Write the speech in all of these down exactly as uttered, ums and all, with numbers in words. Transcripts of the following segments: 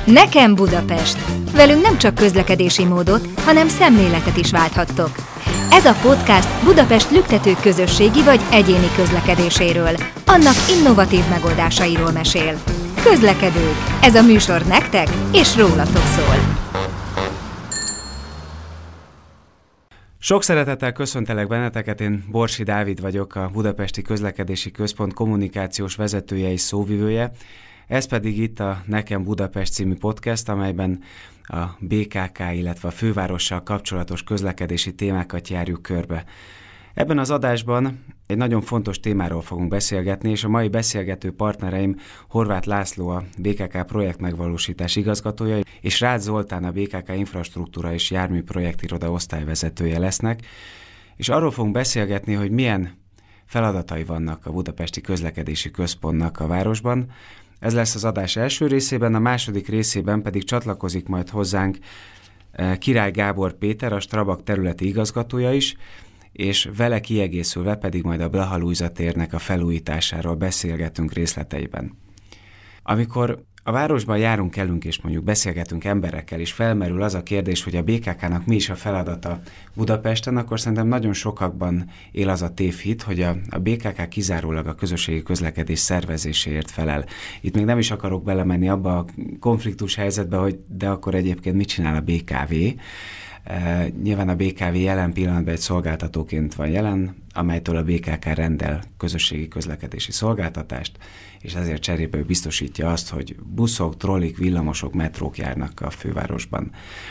Nekem Budapest. Velünk nem csak közlekedési módot, hanem szemléletet is válthattok. Ez a podcast Budapest lüktető közösségi vagy egyéni közlekedéséről, annak innovatív megoldásairól mesél. Közlekedők. Ez a műsor nektek és rólatok szól. Sok szeretettel köszöntelek benneteket, én Borsi Dávid vagyok, a Budapesti Közlekedési Központ kommunikációs vezetője és szóvivője. Ez pedig itt a Nekem Budapest című podcast, amelyben a bé ká ká, illetve a fővárossal kapcsolatos közlekedési témákat járjuk körbe. Ebben az adásban egy nagyon fontos témáról fogunk beszélgetni, és a mai beszélgető partnereim Horváth László, a bé ká ká projektmegvalósítás igazgatója, és Rácz Zoltán, a bé ká ká infrastruktúra és jármű projektiroda osztályvezetője lesznek, és arról fogunk beszélgetni, hogy milyen feladatai vannak a Budapesti Közlekedési Központnak a városban. Ez lesz az adás első részében, a második részében pedig csatlakozik majd hozzánk Király Gábor Péter, a Strabag területi igazgatója is, és vele kiegészülve pedig majd a Blaha Lujza térnek a felújításáról beszélgetünk részleteiben. Amikor a városban járunk, elünk és mondjuk beszélgetünk emberekkel, és felmerül az a kérdés, hogy a bé ká ká-nak mi is a feladata Budapesten, akkor szerintem nagyon sokakban él az a tévhit, hogy a, a bé ká ká kizárólag a közösségi közlekedés szervezéséért felel. Itt még nem is akarok belemenni abba a konfliktus helyzetbe, hogy de akkor egyébként mit csinál a bé ká vé. Uh, nyilván a bé ká vé jelen pillanatban egy szolgáltatóként van jelen, amelytől a bé ká ká rendel közösségi közlekedési szolgáltatást, és ezért cserébe biztosítja azt, hogy buszok, trollik, villamosok, metrók járnak a fővárosban.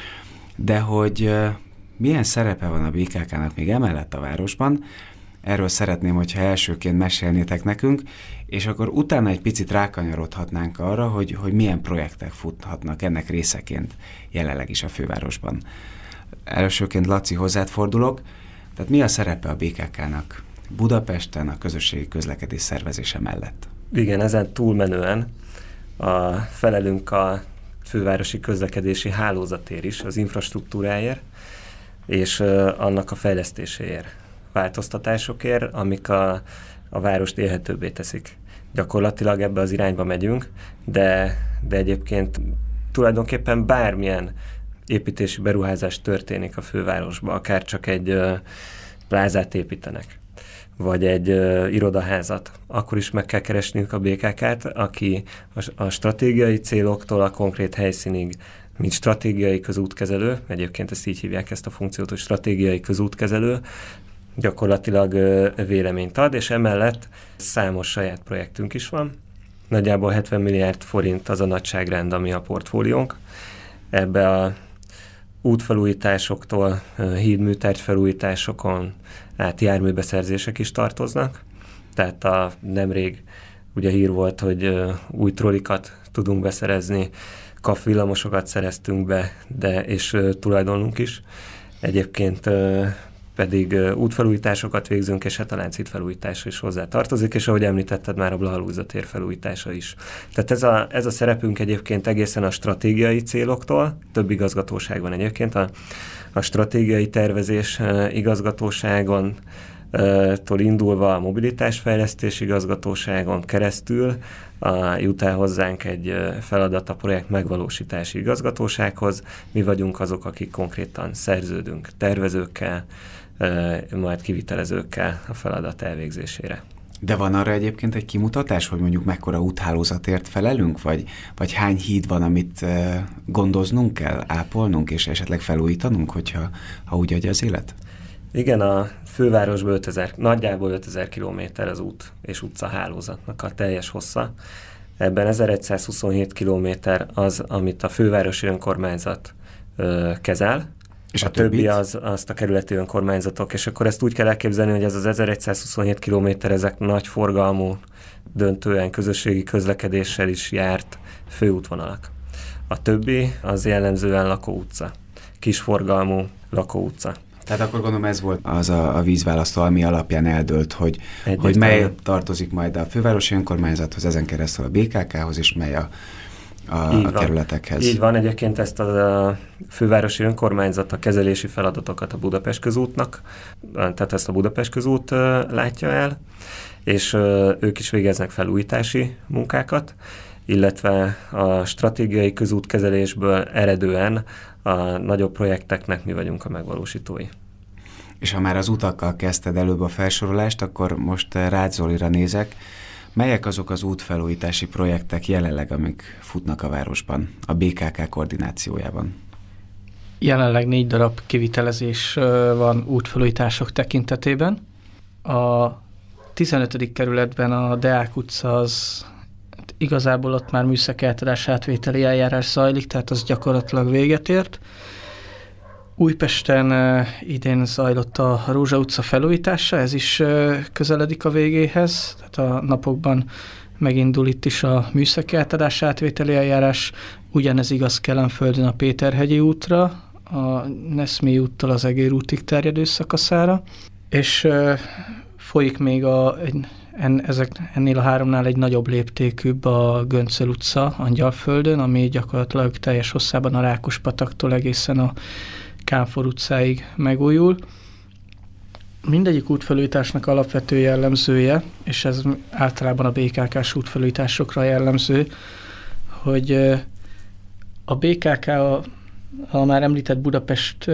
De hogy uh, milyen szerepe van a bé ká ká-nak még emellett a városban, erről szeretném, hogyha elsőként mesélnétek nekünk, és akkor utána egy picit rákanyarodhatnánk arra, hogy, hogy milyen projektek futhatnak ennek részeként jelenleg is a fővárosban. Elsőként Laci, hozzád fordulok. Tehát mi a szerepe a bé ká ká-nak Budapesten a közösségi közlekedés szervezése mellett? Igen, ezen túlmenően a felelünk a fővárosi közlekedési hálózatért is, az infrastruktúráért, és annak a fejlesztéséért, változtatásokért, amik a, a várost élhetőbbé teszik. Gyakorlatilag ebbe az irányba megyünk, de, de egyébként tulajdonképpen bármilyen építési beruházás történik a fővárosban, akár csak egy uh, plázát építenek, vagy egy uh, irodaházat, akkor is meg kell keresniük a bé ká ká-t, aki a, a stratégiai céloktól a konkrét helyszínig, mint stratégiai közútkezelő, egyébként ezt így hívják ezt a funkciót, hogy stratégiai közútkezelő, gyakorlatilag uh, véleményt ad, és emellett számos saját projektünk is van. Nagyjából hetven milliárd forint az a nagyságrend, ami a portfóliónk. Ebbe a útfelújításoktól, hídműtárgy felújításokon át járműbeszerzések is tartoznak. Tehát a nemrég ugye hír volt, hogy új trollikat tudunk beszerezni, kaf villamosokat szereztünk be, de és tulajdonunk is. Egyébként pedig útfelújításokat végzünk, és hát a Lánchíd felújítása is hozzá tartozik, és ahogy említetted, már a Blaha Lujza tér felújítása is. Tehát ez a, ez a szerepünk egyébként egészen a stratégiai céloktól, több igazgatóság van egyébként, a, a stratégiai tervezés igazgatóságon tól indulva a mobilitásfejlesztés igazgatóságon keresztül a, jut el hozzánk egy feladat a projekt megvalósítási igazgatósághoz. Mi vagyunk azok, akik konkrétan szerződünk tervezőkkel, majd kivitelezőkkel a feladat elvégzésére. De van arra egyébként egy kimutatás, hogy mondjuk mekkora úthálózatért felelünk, vagy, vagy hány híd van, amit gondoznunk kell, ápolnunk, és esetleg felújítanunk, hogyha ha úgy adja az élet? Igen, a fővárosban ötezer, nagyjából ötezer kilométer az út és utca hálózatnak a teljes hossza. Ebben ezeregyszázhuszonhét kilométer az, amit a fővárosi önkormányzat ö, kezel, és a, a többi az, azt a kerületi önkormányzatok, és akkor ezt úgy kell elképzelni, hogy ez az ezeregyszázhuszonhét kilométer, ezek nagy forgalmú, döntően közösségi közlekedéssel is járt főútvonalak. A többi az jellemzően lakóutca, kisforgalmú lakóutca. Tehát akkor gondolom ez volt az a, a vízválasztó, ami alapján eldőlt, hogy, hogy mely tartozik majd a fővárosi önkormányzathoz, ezen keresztül a bé ká ká-hoz, és mely a, a, a kerületekhez. Így van, egyébként ezt a fővárosi önkormányzat a kezelési feladatokat a Budapest közútnak, tehát ezt a Budapest közút látja el, és ők is végeznek felújítási munkákat, illetve a stratégiai közútkezelésből eredően a nagyobb projekteknek mi vagyunk a megvalósítói. És ha már az utakkal kezdted előbb a felsorolást, akkor most rád Zolira nézek. Melyek azok az útfelújítási projektek jelenleg, amik futnak a városban, a bé ká ká koordinációjában? Jelenleg négy darab kivitelezés van útfelújítások tekintetében. A tizenötödik kerületben a Deák utca az igazából ott már műszaki átadás átvételi eljárás zajlik, tehát az gyakorlatilag véget ért. Újpesten uh, idén zajlott a Rózsa utca felújítása, ez is uh, közeledik a végéhez, tehát a napokban megindul itt is a műszaki átadás átvételi eljárás, ugyanez igaz Kelenföldön a Péterhegyi útra, a Neszmélyi úttól az Egér útig terjedő szakaszára, és uh, folyik még a, egy, en, ezek, ennél a háromnál egy nagyobb léptékűbb a Göncöl utca Angyalföldön, ami gyakorlatilag teljes hosszában a Rákospataktól egészen a Kánfor utcáig megújul. Mindegyik útfelújításnak alapvető jellemzője, és ez általában a bé ká ká-s útfelújításokra jellemző, hogy a bé ká ká a, a már említett Budapest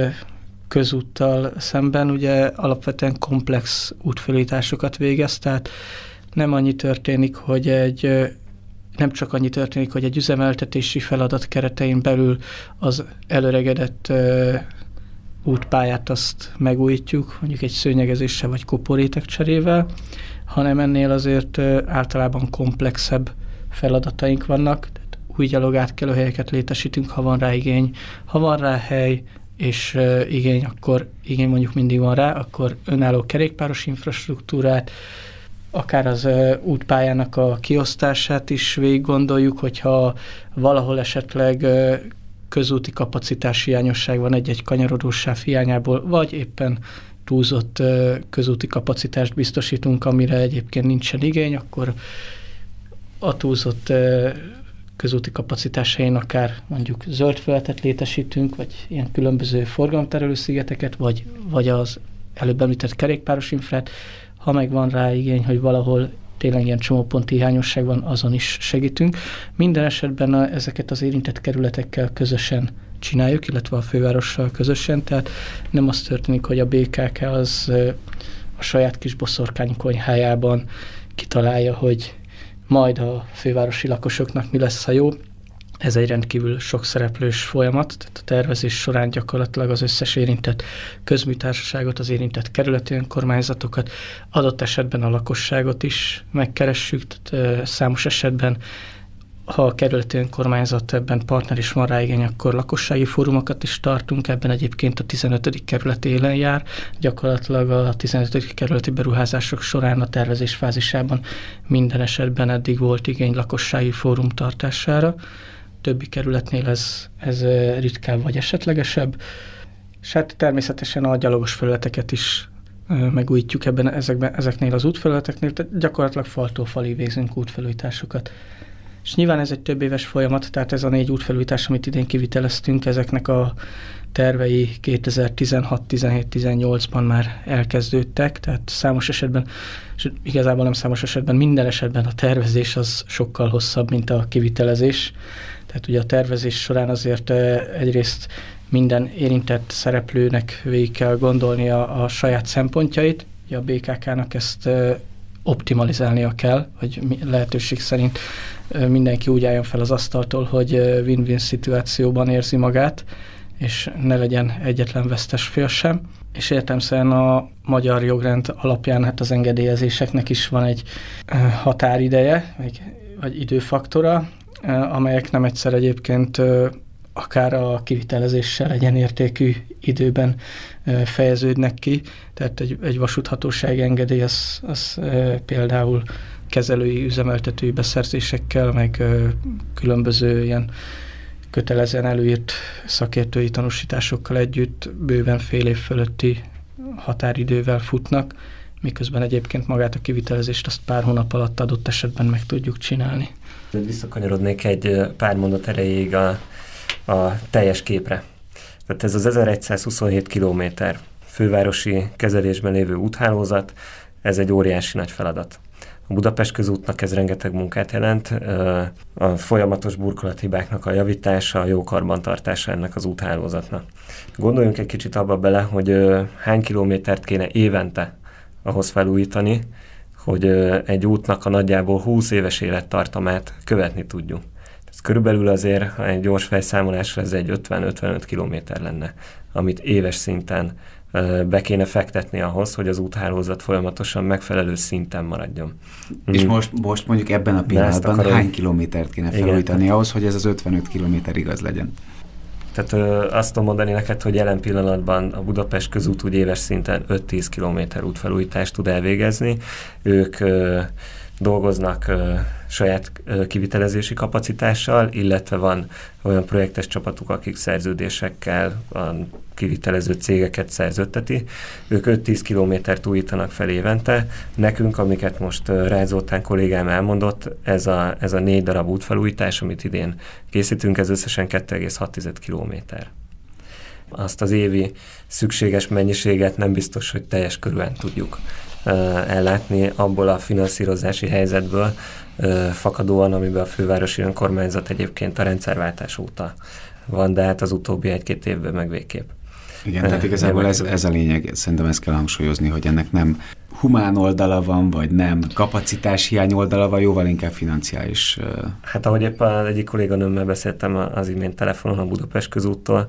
közúttal szemben ugye alapvetően komplex útfelújításokat végez, tehát nem annyi történik, hogy egy nem csak annyi történik, hogy egy üzemeltetési feladat keretein belül az előregedett uh, útpályát azt megújítjuk, mondjuk egy szőnyegezéssel vagy koporétek cserével, hanem ennél azért uh, általában komplexebb feladataink vannak, tehát új gyalogátkelőhelyeket létesítünk, ha van rá igény, ha van rá hely, és uh, igény, akkor igény mondjuk mindig van rá, akkor önálló kerékpáros infrastruktúrát, akár az uh, útpályának a kiosztását is végig gondoljuk, hogyha valahol esetleg uh, közúti kapacitás hiányosság van egy-egy kanyarodósáv hiányából, vagy éppen túlzott uh, közúti kapacitást biztosítunk, amire egyébként nincsen igény, akkor a túlzott uh, közúti kapacitás helyén akár mondjuk zöld felületet létesítünk, vagy ilyen különböző forgalomterelő szigeteket, vagy, vagy az előbb említett kerékpáros infrát. Ha meg van rá igény, hogy valahol tényleg ilyen csomóponti hiányosság van, azon is segítünk. Minden esetben a, ezeket az érintett kerületekkel közösen csináljuk, illetve a fővárossal közösen, tehát nem az történik, hogy a bé ká ká az a saját kis boszorkánykonyhájában kitalálja, hogy majd a fővárosi lakosoknak mi lesz a jó. Ez egy rendkívül sok szereplős folyamat, tehát a tervezés során gyakorlatilag az összes érintett közműtársaságot, az érintett kerületi önkormányzatokat, adott esetben a lakosságot is megkeressük, tehát számos esetben, ha a kerületi önkormányzat ebben partner is van rá igény, akkor lakossági fórumokat is tartunk, ebben egyébként a tizenötödik kerület élen jár, gyakorlatilag a tizenötödik kerületi beruházások során a tervezés fázisában minden esetben eddig volt igény lakossági fórum tartására. Többi kerületnél ez, ez ritkább vagy esetlegesebb, és hát természetesen a gyalogos felületeket is megújítjuk ebben, ezekben, ezeknél az útfelületeknél, tehát gyakorlatilag faltól falig végzünk útfelújításokat. És nyilván ez egy több éves folyamat, tehát ez a négy útfelújítás, amit idén kiviteleztünk, ezeknek a tervei kétezer-tizenhat, tizenhét, tizennyolcban már elkezdődtek, tehát számos esetben, és igazából nem számos esetben, minden esetben a tervezés az sokkal hosszabb, mint a kivitelezés. Tehát ugye a tervezés során azért egyrészt minden érintett szereplőnek végig kell gondolnia a saját szempontjait, ugye a bé ká ká-nak ezt optimalizálnia kell, hogy lehetőség szerint mindenki úgy álljon fel az asztaltól, hogy win-win szituációban érzi magát, és ne legyen egyetlen vesztes fél sem. És értelemszerűen a magyar jogrend alapján hát az engedélyezéseknek is van egy határideje, vagy időfaktora, amelyek nem egyszer egyébként akár a kivitelezéssel egyenértékű időben fejeződnek ki. Tehát egy, egy vasúthatósági engedély az, az például kezelői, üzemeltetői beszerzésekkel, meg különböző ilyen kötelezően előírt szakértői tanúsításokkal együtt bőven fél év fölötti határidővel futnak, miközben egyébként magát a kivitelezést azt pár hónap alatt adott esetben meg tudjuk csinálni. Visszakanyarodnék egy pár mondat erejéig a, a teljes képre. Tehát ez az ezerszázhuszonhét kilométer fővárosi kezelésben lévő úthálózat, ez egy óriási nagy feladat. A Budapest közútnak ez rengeteg munkát jelent, a folyamatos burkolathibáknak a javítása, a jó karbantartása ennek az úthálózatnak. Gondoljunk egy kicsit abba bele, hogy hány kilométert kéne évente ahhoz felújítani, hogy egy útnak a nagyjából húsz éves élettartamát követni tudjuk. Ez körülbelül azért, ha egy gyors fejszámolásra ez egy ötven-ötvenöt kilométer lenne, amit éves szinten be kéne fektetni ahhoz, hogy az úthálózat folyamatosan megfelelő szinten maradjon. És most, most mondjuk ebben a pillanatban akarom, hány kilométert kéne felújítani igen, ahhoz, hogy ez az ötvenöt kilométer igaz legyen? Tehát ö, azt tudom mondani neked, hogy jelen pillanatban a Budapest közút úgy éves szinten öt-tíz kilométer útfelújítást tud elvégezni. Ők ö, dolgoznak ö, saját ö, kivitelezési kapacitással, illetve van olyan projektes csapatuk, akik szerződésekkel a kivitelező cégeket szerződteti. Ők öt-tíz kilométert újítanak fel évente. Nekünk, amiket most uh, Rácz Zoltán kollégám elmondott, ez a, ez a négy darab útfelújítás, amit idén készítünk, ez összesen kettő egész hat kilométer. Azt az évi szükséges mennyiséget nem biztos, hogy teljes körülön tudjuk uh, ellátni abból a finanszírozási helyzetből uh, fakadóan, amiben a fővárosi önkormányzat egyébként a rendszerváltás óta van, de hát az utóbbi egy-két évben meg végképp. Igen, tehát igazából ez, ez a lényeg, szerintem ezt kell hangsúlyozni, hogy ennek nem humán oldala van, vagy nem kapacitás hiány oldala van, jóval inkább financiális. Hát ahogy éppen egyik kolléganőmmel beszéltem az imént telefonon a Budapest közúttól,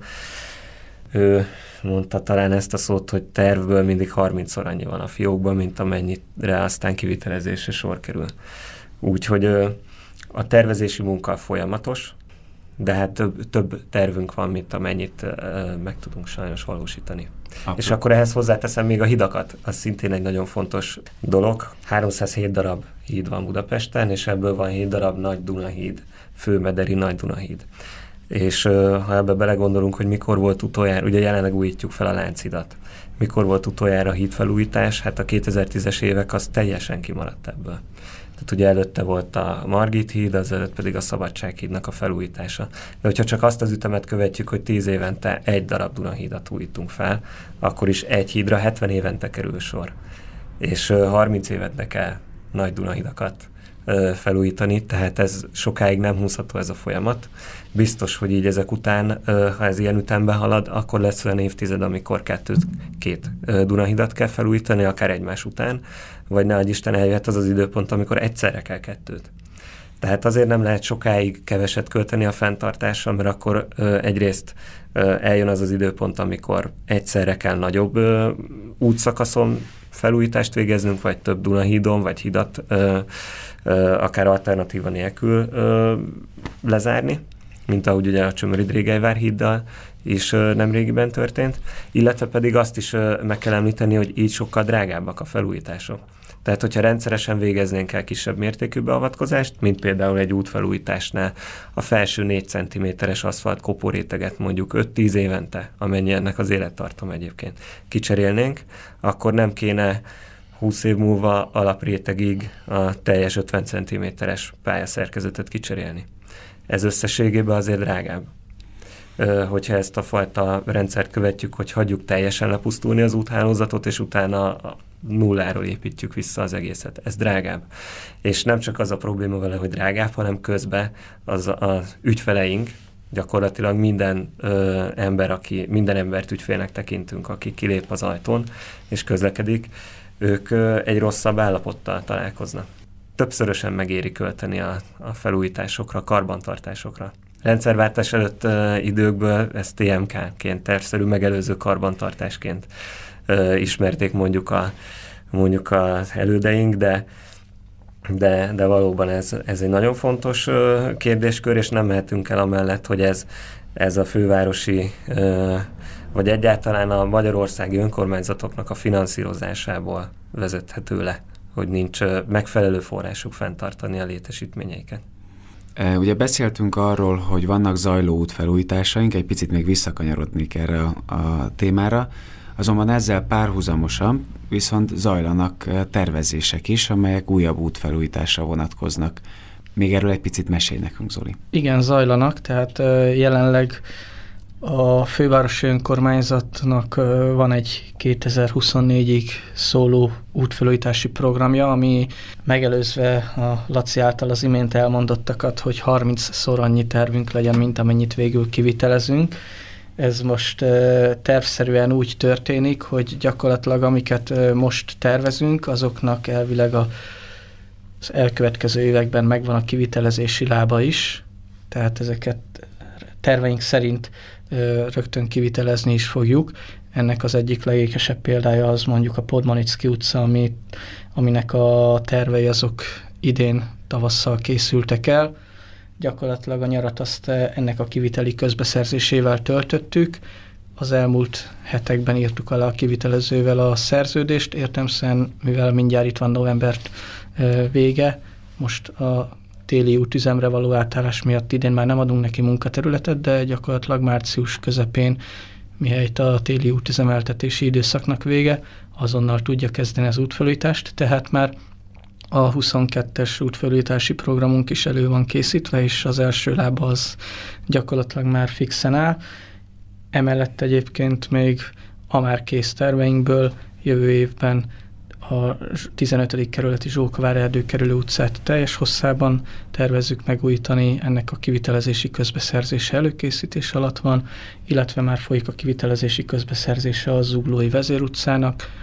ő mondta talán ezt a szót, hogy tervből mindig harmincszor annyi van a fiókban, mint amennyire aztán kivitelezésre sor kerül. Úgyhogy a tervezési munka folyamatos, de hát több, több tervünk van, mint amennyit uh, meg tudunk sajnos valósítani. Apró. És akkor ehhez hozzáteszem még a hidakat. Az szintén egy nagyon fontos dolog. háromszázhét darab híd van Budapesten, és ebből van hét darab Nagy Dunahíd, főmederi Nagy Dunahíd. És uh, ha ebbe belegondolunk, hogy mikor volt utoljára, ugye jelenleg újítjuk fel a Lánchidat. Mikor volt utoljára hídfelújítás? Hát a kétezer-tízes évek az teljesen kimaradt ebből. Tehát ugye előtte volt a Margit híd, az előtt pedig a Szabadsághídnak a felújítása. De hogyha csak azt az ütemet követjük, hogy tíz évente egy darab Dunahídat újítunk fel, akkor is egy hídra hetven évente kerül sor. És harminc évente kell nagy Dunahidakat felújítani, tehát ez sokáig nem húzható ez a folyamat. Biztos, hogy így ezek után, ha ez ilyen ütemben halad, akkor lesz olyan évtized, amikor kettőt, két Dunahidat kell felújítani, akár egymás után, vagy ne adj Isten, eljöhet az az időpont, amikor egyszerre kell kettőt. Tehát azért nem lehet sokáig keveset költeni a fenntartásra, mert akkor ö, egyrészt ö, eljön az az időpont, amikor egyszerre kell nagyobb ö, útszakaszon felújítást végeznünk, vagy több Dunahídon, vagy hidat ö, ö, akár alternatíva nélkül ö, lezárni, mint ahogy ugye a Csömöri-Drégelyvár híddal is ö, nemrégiben történt, illetve pedig azt is ö, meg kell említeni, hogy így sokkal drágábbak a felújítások. Tehát, hogyha rendszeresen végeznénk el kisebb mértékű beavatkozást, mint például egy útfelújításnál a felső négy centiméteres aszfalt kopóréteget mondjuk öt-tíz évente, amennyi ennek az élettartam egyébként kicserélnénk, akkor nem kéne húsz év múlva alaprétegig a teljes ötven centiméteres pályaszerkezetet kicserélni. Ez összességében azért drágább. Hogyha ezt a fajta rendszert követjük, hogy hagyjuk teljesen lepusztulni az úthálózatot, és utána nulláról építjük vissza az egészet. Ez drágább. És nem csak az a probléma vele, hogy drágább, hanem közben az, az ügyfeleink, gyakorlatilag minden ö, ember, aki, minden embert ügyfélnek tekintünk, aki kilép az ajtón és közlekedik, ők ö, egy rosszabb állapottal találkoznak. Többszörösen megéri költeni a, a felújításokra, a karbantartásokra. Rendszerváltás előtt ö, időkből ezt té em ká-ként, tervszerű megelőző karbantartásként ö, ismerték mondjuk, a, mondjuk az elődeink, de, de, de valóban ez, ez egy nagyon fontos ö, kérdéskör, és nem mehetünk el amellett, hogy ez, ez a fővárosi, ö, vagy egyáltalán a magyarországi önkormányzatoknak a finanszírozásából vezethető le, hogy nincs megfelelő forrásuk fenntartani a létesítményeiket. Ugye beszéltünk arról, hogy vannak zajló útfelújításaink, egy picit még visszakanyarodnék erre a, a témára, azonban ezzel párhuzamosan viszont zajlanak tervezések is, amelyek újabb útfelújításra vonatkoznak. Még erről egy picit mesélj nekünk, Zoli. Igen, zajlanak, tehát jelenleg A fővárosi önkormányzatnak van egy kétezer-huszonnégyig szóló útfelújítási programja, ami megelőzve a Laci által az imént elmondottakat, hogy harmincszor annyi tervünk legyen, mint amennyit végül kivitelezünk. Ez most tervszerűen úgy történik, hogy gyakorlatilag amiket most tervezünk, azoknak elvileg a, az elkövetkező években megvan a kivitelezési lába is, tehát ezeket terveink szerint rögtön kivitelezni is fogjuk. Ennek az egyik legékesebb példája az mondjuk a Podmanicki utca, ami, aminek a tervei azok idén tavasszal készültek el. Gyakorlatilag a nyarat azt ennek a kiviteli közbeszerzésével töltöttük. Az elmúlt hetekben írtuk alá a kivitelezővel a szerződést, értelemszerűen, mivel mindjárt itt van november vége, most a téli útüzemre való átállás miatt idén már nem adunk neki munkaterületet, de gyakorlatilag március közepén, mihelyt a téli útüzemeltetési időszaknak vége, azonnal tudja kezdeni az útfelújítást, tehát már a huszonkettes útfelújítási programunk is elő van készítve, és az első lába az gyakorlatilag már fixen áll. Emellett egyébként még a már kész terveinkből jövő évben a tizenötödik kerületi Zsókavár erdőkerülő utcát teljes hosszában tervezzük megújítani, ennek a kivitelezési közbeszerzése előkészítés alatt van, illetve már folyik a kivitelezési közbeszerzése a Zuglói Vezér utcának,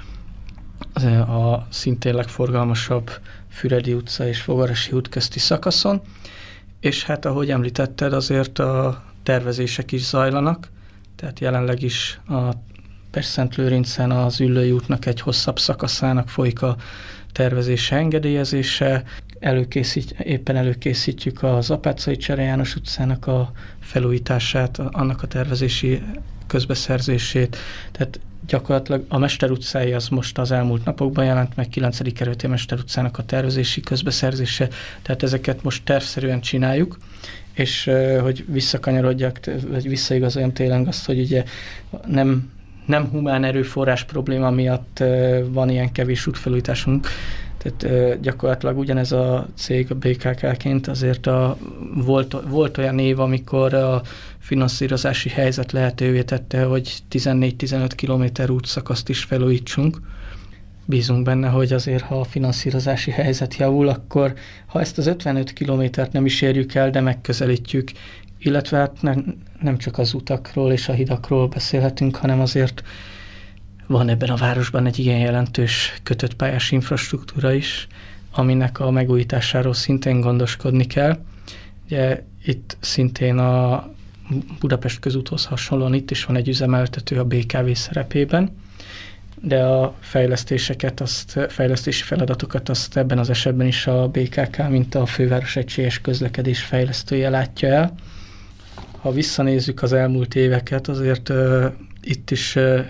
a szintén legforgalmasabb Füredi utca és Fogarasi út közti szakaszon, és hát ahogy említetted, azért a tervezések is zajlanak, tehát jelenleg is a Pest-Szentlőrincen az Üllői útnak egy hosszabb szakaszának folyik a tervezése, engedélyezése, előkészít, éppen előkészítjük az Apáczai Csere János utcának a felújítását, annak a tervezési közbeszerzését, tehát gyakorlatilag a Mester utcái az most az elmúlt napokban jelent meg, kilencedik kerületi Mester utcának a tervezési közbeszerzése, tehát ezeket most tervszerűen csináljuk, és hogy visszakanyarodjak, vagy visszaigazoljam tényleg azt, hogy ugye nem nem humán erőforrás probléma miatt van ilyen kevés útfelújításunk. Tehát gyakorlatilag ugyanez a cég a bé ká ká-ként azért a, volt, volt olyan év, amikor a finanszírozási helyzet lehetővé tette, hogy tizennégy-tizenöt kilométer útszakaszt is felújítsunk. Bízunk benne, hogy azért, ha a finanszírozási helyzet javul, akkor ha ezt az ötvenöt kilométert nem is érjük el, de megközelítjük, illetve hát nem, nem csak az utakról és a hidakról beszélhetünk, hanem azért van ebben a városban egy igen jelentős kötött pályás infrastruktúra is, aminek a megújításáról szintén gondoskodni kell. Ugye itt szintén a Budapest közúthoz hasonlóan itt is van egy üzemeltető a bé ká vé szerepében, de a fejlesztéseket, azt, fejlesztési feladatokat azt ebben az esetben is a bé ká ká, mint a Főváros Egységes Közlekedés fejlesztője látja el. Ha visszanézzük az elmúlt éveket, azért uh, itt is uh,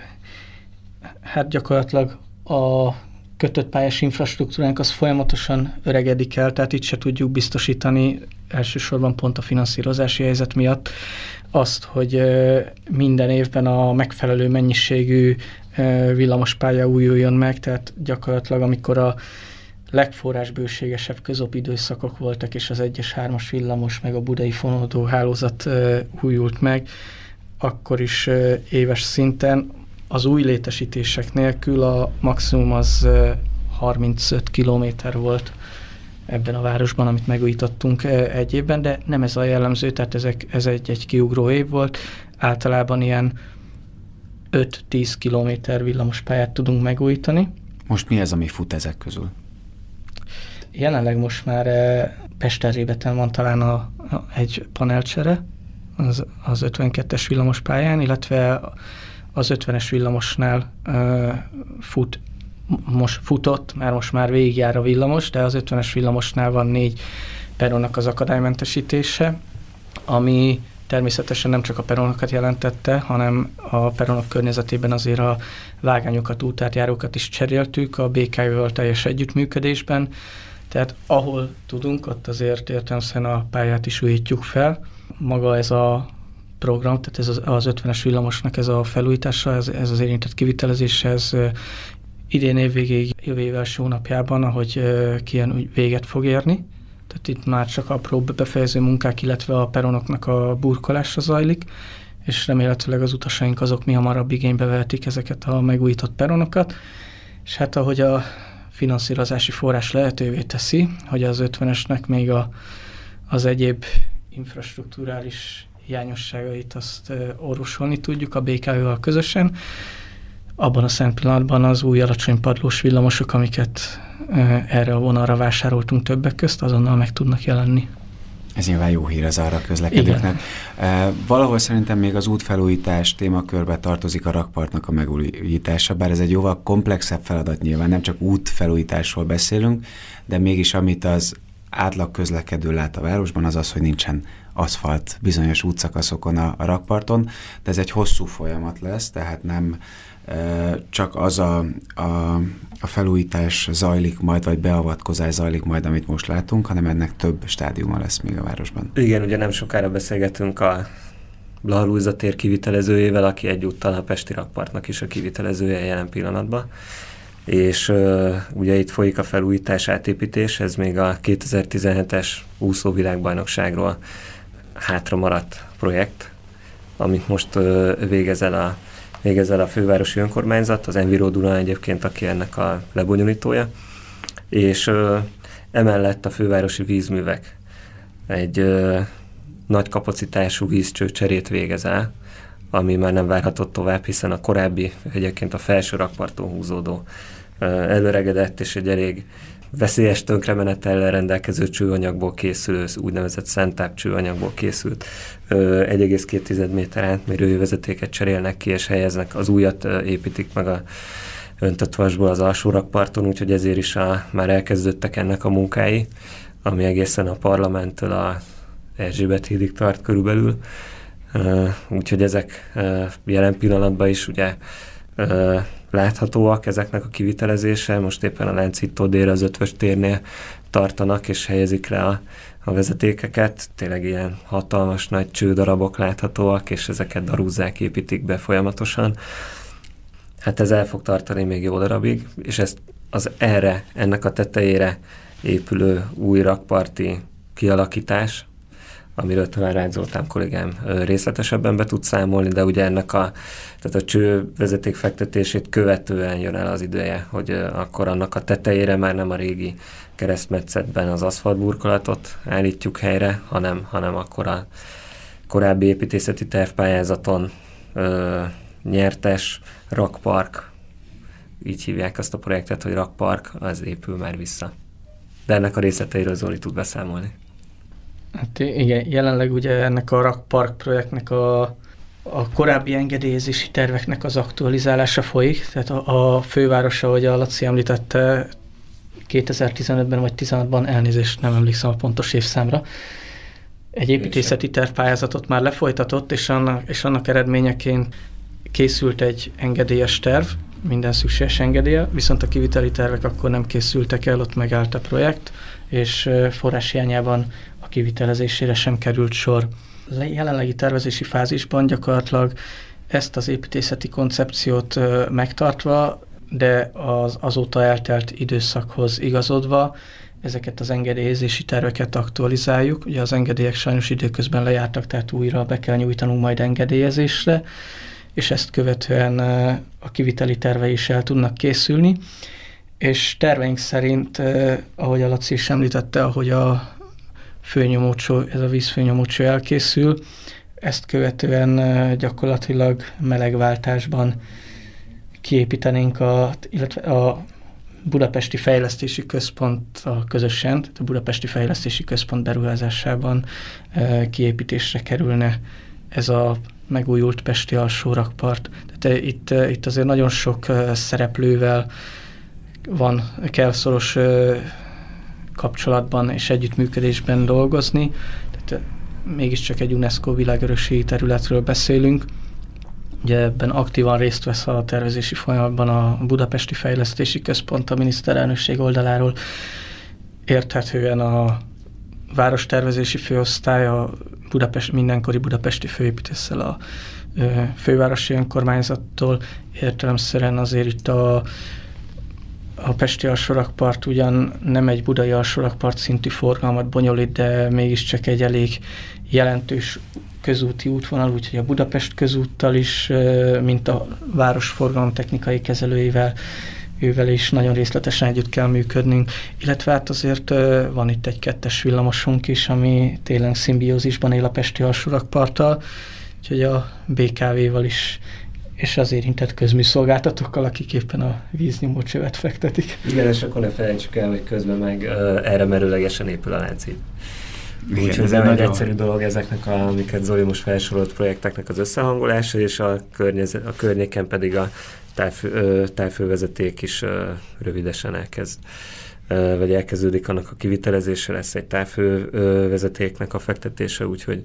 hát gyakorlatilag a kötött pályás infrastruktúránk az folyamatosan öregedik el, tehát itt se tudjuk biztosítani elsősorban pont a finanszírozási helyzet miatt azt, hogy uh, minden évben a megfelelő mennyiségű uh, villamospálya újuljon meg, tehát gyakorlatilag amikor a legforrásbőségesebb közop időszakok voltak, és az egyes hármas villamos, meg a budai fonódó hálózat uh, újult meg, akkor is uh, éves szinten az új létesítések nélkül a maximum az uh, harmincöt kilométer volt ebben a városban, amit megújítottunk uh, egy évben, de nem ez a jellemző, tehát ezek, ez egy, egy kiugró év volt. Általában ilyen öt-tíz kilométer villamospályát tudunk megújítani. Most mi ez, ami fut ezek közül? Jelenleg most már Pest-Erzsébeten van talán a, a, egy panelcsere az, az ötvenkettes villamospályán, illetve az ötvenes villamosnál uh, fut, most futott, mert most már végigjár a villamos, de az ötvenes villamosnál van négy peronnak az akadálymentesítése, ami természetesen nem csak a peronokat jelentette, hanem a peronok környezetében azért a vágányokat, útátjárókat is cseréltük a bé ká vé-vel teljes együttműködésben, tehát ahol tudunk, ott azért értelemszerűen a pályát is újítjuk fel. Maga ez a program, tehát ez az, az ötvenes villamosnak ez a felújítása, ez, ez az érintett kivitelezése, ez idén év végéig, jövő év első hónapjában, ahogy kijön, úgy véget fog érni. Tehát itt már csak apró befejező munkák, illetve a peronoknak a burkolása zajlik, és remélhetőleg az utasaink azok mi hamarabb igénybe vehetik ezeket a megújított peronokat. És hát ahogy a finanszírozási forrás lehetővé teszi, hogy az ötvenesnek még a, az egyéb infrastrukturális hiányosságait azt orvosolni tudjuk a bé ká vé-val közösen. Abban a szent pillanatban az új alacsony padlós villamosok, amiket erre a vonalra vásároltunk többek közt, azonnal meg tudnak jelenni. Ez nyilván jó hír az arra közlekedőknek. Igen. Valahol szerintem még az útfelújítás témakörbe tartozik a rakpartnak a megújítása, bár ez egy jóval komplexebb feladat nyilván, nem csak útfelújításról beszélünk, de mégis amit az átlag közlekedő lát a városban, az az, hogy nincsen aszfalt bizonyos útszakaszokon a, a rakparton, de ez egy hosszú folyamat lesz, tehát nem e, csak az a, a, a felújítás zajlik majd, vagy beavatkozás zajlik majd, amit most látunk, hanem ennek több stádiuma lesz még a városban. Igen, ugye nem sokára beszélgetünk a Blaha Lujza tér kivitelezőjével, aki egyúttal a Pesti rakpartnak is a kivitelezője jelen pillanatban. És uh, ugye itt folyik a felújítás, átépítés, ez még a kétezer-tizenhetes úszóvilágbajnokságról hátra maradt projekt, amit most uh, végez el a, végez el a fővárosi önkormányzat, az Enviro Duna egyébként, aki ennek a lebonyolítója, és uh, emellett a fővárosi vízművek egy uh, nagy kapacitású vízcsőcserét végez el, ami már nem várhatott tovább, hiszen a korábbi, egyébként a felső rakparton húzódó, előregedett és egy elég veszélyes tönkremenetellel rendelkező csőanyagból készülő, úgynevezett szentáp csőanyagból készült egy egész két méter átmérőjű vezetéket cserélnek ki, és helyeznek, az újat építik meg a öntött vasból az alsó rakparton, úgyhogy ezért is a, már elkezdődtek ennek a munkái, ami egészen a parlamenttől a Erzsébet hídig tart körülbelül. Uh, úgyhogy ezek uh, jelen pillanatban is ugye uh, láthatóak, ezeknek a kivitelezése. Most éppen a Lánchídtól délre az Ötvös térnél tartanak, és helyezik le a, a vezetékeket. Tényleg ilyen hatalmas nagy csődarabok láthatóak, és ezeket darúzzák, építik be folyamatosan. Hát ez el fog tartani még jó darabig, és ezt az erre, ennek a tetejére épülő új rakparti kialakítás, amiről talán Rácz Zoltán kollégám részletesebben be tud számolni, de ugye ennek a, tehát a csővezeték fektetését követően jön el az ideje, hogy akkor annak a tetejére már nem a régi keresztmetszetben az aszfaltburkolatot állítjuk helyre, hanem, hanem akkor a korábbi építészeti tervpályázaton ö, nyertes rakpark, így hívják azt a projektet, hogy rakpark, az épül már vissza. De ennek a részleteiről Zoli tud beszámolni. Hát igen, jelenleg ugye ennek a rakpark projektnek a, a korábbi engedélyezési terveknek az aktualizálása folyik, tehát a, a főváros, ahogy a Laci említette, kétezer-tizenötben vagy tizenhatban, elnézést, nem emlékszem a pontos évszámra, egy építészeti tervpályázatot már lefolytatott, és annak, és annak eredményeként készült egy engedélyes terv, minden szükséges engedélye, viszont a kiviteli tervek akkor nem készültek el, ott megállt a projekt, és forrás hiányában a kivitelezésére sem került sor. A jelenlegi tervezési fázisban gyakorlatilag ezt az építészeti koncepciót megtartva, de az azóta eltelt időszakhoz igazodva ezeket az engedélyezési terveket aktualizáljuk. Ugye az engedélyek sajnos időközben lejártak, tehát újra be kell nyújtanunk majd engedélyezésre, és ezt követően a kiviteli tervei is el tudnak készülni. És terveink szerint, ahogy a Laci is említette, ahogy a főnyomócsó, ez a vízfőnyomócsó elkészül, ezt követően gyakorlatilag melegváltásban kiépítenénk a, illetve a Budapesti Fejlesztési Központ a közösen, tehát a Budapesti Fejlesztési Központ beruházásában kiépítésre kerülne ez a megújult pesti alsó rakpart. Tehát itt, itt azért nagyon sok szereplővel van, kell szoros kapcsolatban és együttműködésben dolgozni. Tehát mégiscsak egy UNESCO világörökségi területről beszélünk. Ugye ebben aktívan részt vesz a tervezési folyamatban a Budapesti Fejlesztési Központ a miniszterelnökség oldaláról. Érthetően a várostervezési főosztály, a Budapest, mindenkori budapesti főépítésszel a ö, fővárosi önkormányzattól. Értelemszerűen azért itt a A pesti alsórakpart ugyan nem egy budai alsórakpart szintű forgalmat bonyolít, de mégiscsak egy elég jelentős közúti útvonal, úgyhogy a Budapest közúttal is, mint a városforgalom technikai kezelőivel, ővel is nagyon részletesen együtt kell működnünk, illetve hát azért van itt egy kettes villamosunk is, ami tényleg szimbiózisban él a pesti alsórakparttal, úgyhogy a bé ká vé-val is és az érintett közműszolgáltatókkal, akik éppen a víznyomócsövet fektetik. Igen, és akkor ne felejtsük el, hogy közben meg uh, erre merőlegesen épül a Lánchíd. Úgyhogy ez nem egy egyszerű dolog ezeknek, a, amiket Zoli most felsorolt projekteknek az összehangolása, és a, környezet, a környéken pedig a távfő, távfővezeték is uh, rövidesen elkezd, uh, vagy elkezdődik annak a kivitelezése, lesz egy távfővezetéknek a fektetése, úgyhogy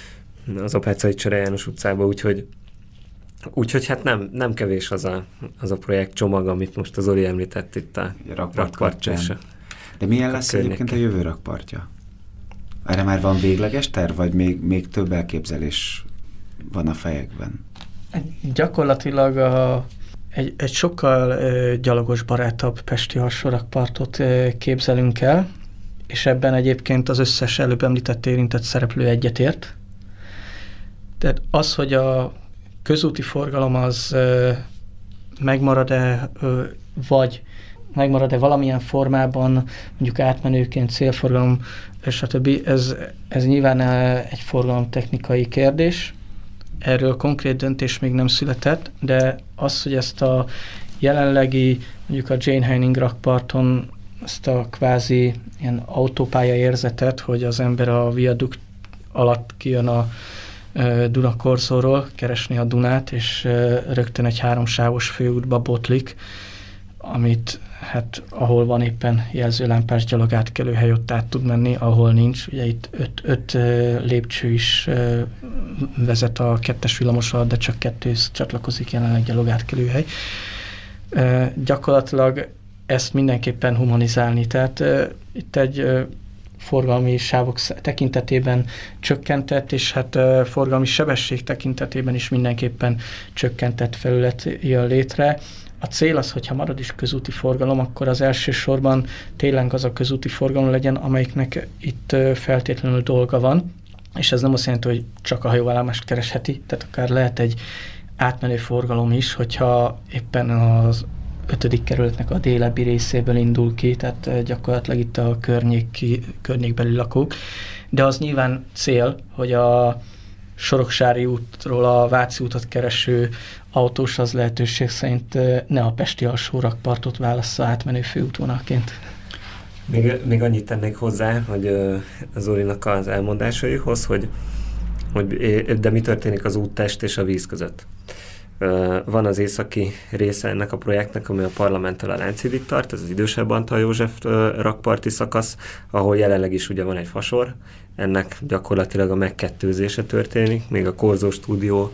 az Apáczai Csere János utcába, úgyhogy Úgyhogy hát nem, nem kevés az a, az a projekt csomag, amit most az Zoli említett itt a rakpart. De milyen lesz környéken egyébként a jövő rakpartja? Erre már van végleges terv, vagy még, még több elképzelés van a fejekben? Gyakorlatilag a, egy, egy sokkal ö, gyalogos barátabb pesti alsórakpartot ö, képzelünk el, és ebben egyébként az összes előbb említett érintett szereplő egyetért. Tehát az, hogy a közúti forgalom az ö, megmarad-e, ö, vagy megmarad-e valamilyen formában, mondjuk átmenőként célforgalom, stb. Ez, ez nyilván egy forgalomtechnikai kérdés. Erről konkrét döntés még nem született, de az, hogy ezt a jelenlegi, mondjuk a Jane Heining rakparton ezt a kvázi ilyen autópálya érzetet, hogy az ember a viadukt alatt kijön a Dunakorzóról, keresni a Dunát, és rögtön egy háromsávos főútba botlik, amit hát ahol van éppen jelzőlámpás gyalogátkelőhely, ott át tud menni, ahol nincs. Ugye itt öt, öt lépcső is vezet a kettes villamosra, de csak kettő csatlakozik jelenleg gyalogátkelőhely. Gyakorlatilag ezt mindenképpen humanizálni. Tehát itt egy forgalmi sávok tekintetében csökkentett, és hát uh, forgalmi sebesség tekintetében is mindenképpen csökkentett felület jön létre. A cél az, hogyha marad is közúti forgalom, akkor az elsősorban tényleg az a közúti forgalom legyen, amelyiknek itt uh, feltétlenül dolga van, és ez nem azt jelenti, hogy csak a hajóállomást keresheti, tehát akár lehet egy átmenő forgalom is, hogyha éppen az ötödik kerületnek a délebbi részéből indul ki, tehát gyakorlatilag itt a környéki, környékbeli lakók. De az nyilván cél, hogy a Soroksári útról a Váci útot kereső autós az lehetőség szerint ne a pesti alsórakpartot válassza átmenő főútvonalként. Még, még annyit tennék hozzá, hogy az Zolinak az elmondásaihoz, hogy, hogy de mi történik az úttest és a víz között. Van az északi része ennek a projektnek, ami a Parlamenttől a Lánchídig tart, ez az idősebb Antal József rakparti szakasz, ahol jelenleg is ugye van egy fasor, ennek gyakorlatilag a megkettőzése történik, még a Korzó stúdió,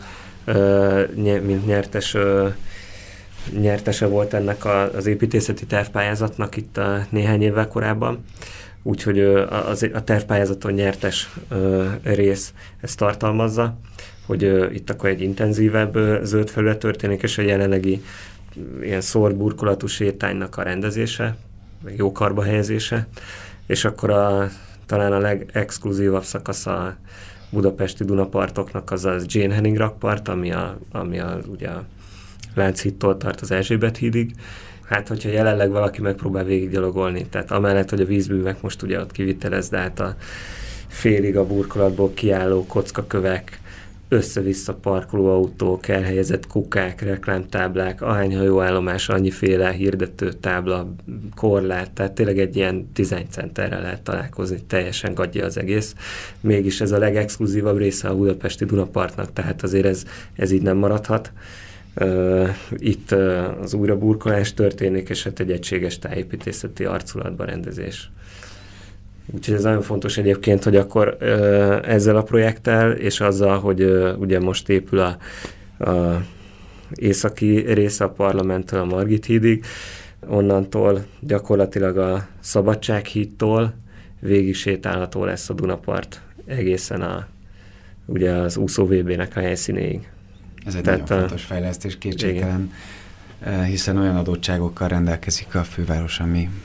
mint nyertes, nyertese volt ennek az építészeti tervpályázatnak itt a néhány évvel korábban, úgyhogy a tervpályázaton nyertes rész ezt tartalmazza, hogy uh, itt akkor egy intenzívebb uh, zöld felület történik, és a jelenlegi uh, ilyen szórt burkolatú sétánynak a rendezése, meg jó karba helyezése, és akkor a, talán a legexkluzívabb szakasz a budapesti Dunapartoknak az az Jane Henning rakpart, ami a, ami a, ugye a Lánchídtól tart az Erzsébet hídig. Hát, hogyha jelenleg valaki megpróbál végiggyalogolni, tehát amellett, hogy a vízművek most ugye ott kivitelez, de hát a félig a burkolatból kiálló kockakövek, össze-vissza parkoló autók, elhelyezett kukák, reklámtáblák, ahány hajóállomás, annyiféle hirdető tábla, korlát, tehát tényleg egy ilyen design centerrel lehet találkozni, teljesen gadja az egész. Mégis ez a legexkluzívabb része a budapesti Dunapartnak, tehát azért ez, ez így nem maradhat. Uh, itt uh, az újraburkolás történik, és hát egy egységes tájépítészeti arculatba rendezés. Úgyhogy ez nagyon fontos egyébként, hogy akkor ö, ezzel a projekttel, és azzal, hogy ö, ugye most épül a, a északi része a Parlamenttől a Margit hídig, onnantól gyakorlatilag a Szabadsághídtól végig sétálható lesz a Dunapart egészen a, ugye az úszó vé bének a helyszínéig. Ez egy Tehát nagyon a, fontos fejlesztés, kétségtelen, hiszen olyan adottságokkal rendelkezik a főváros, ami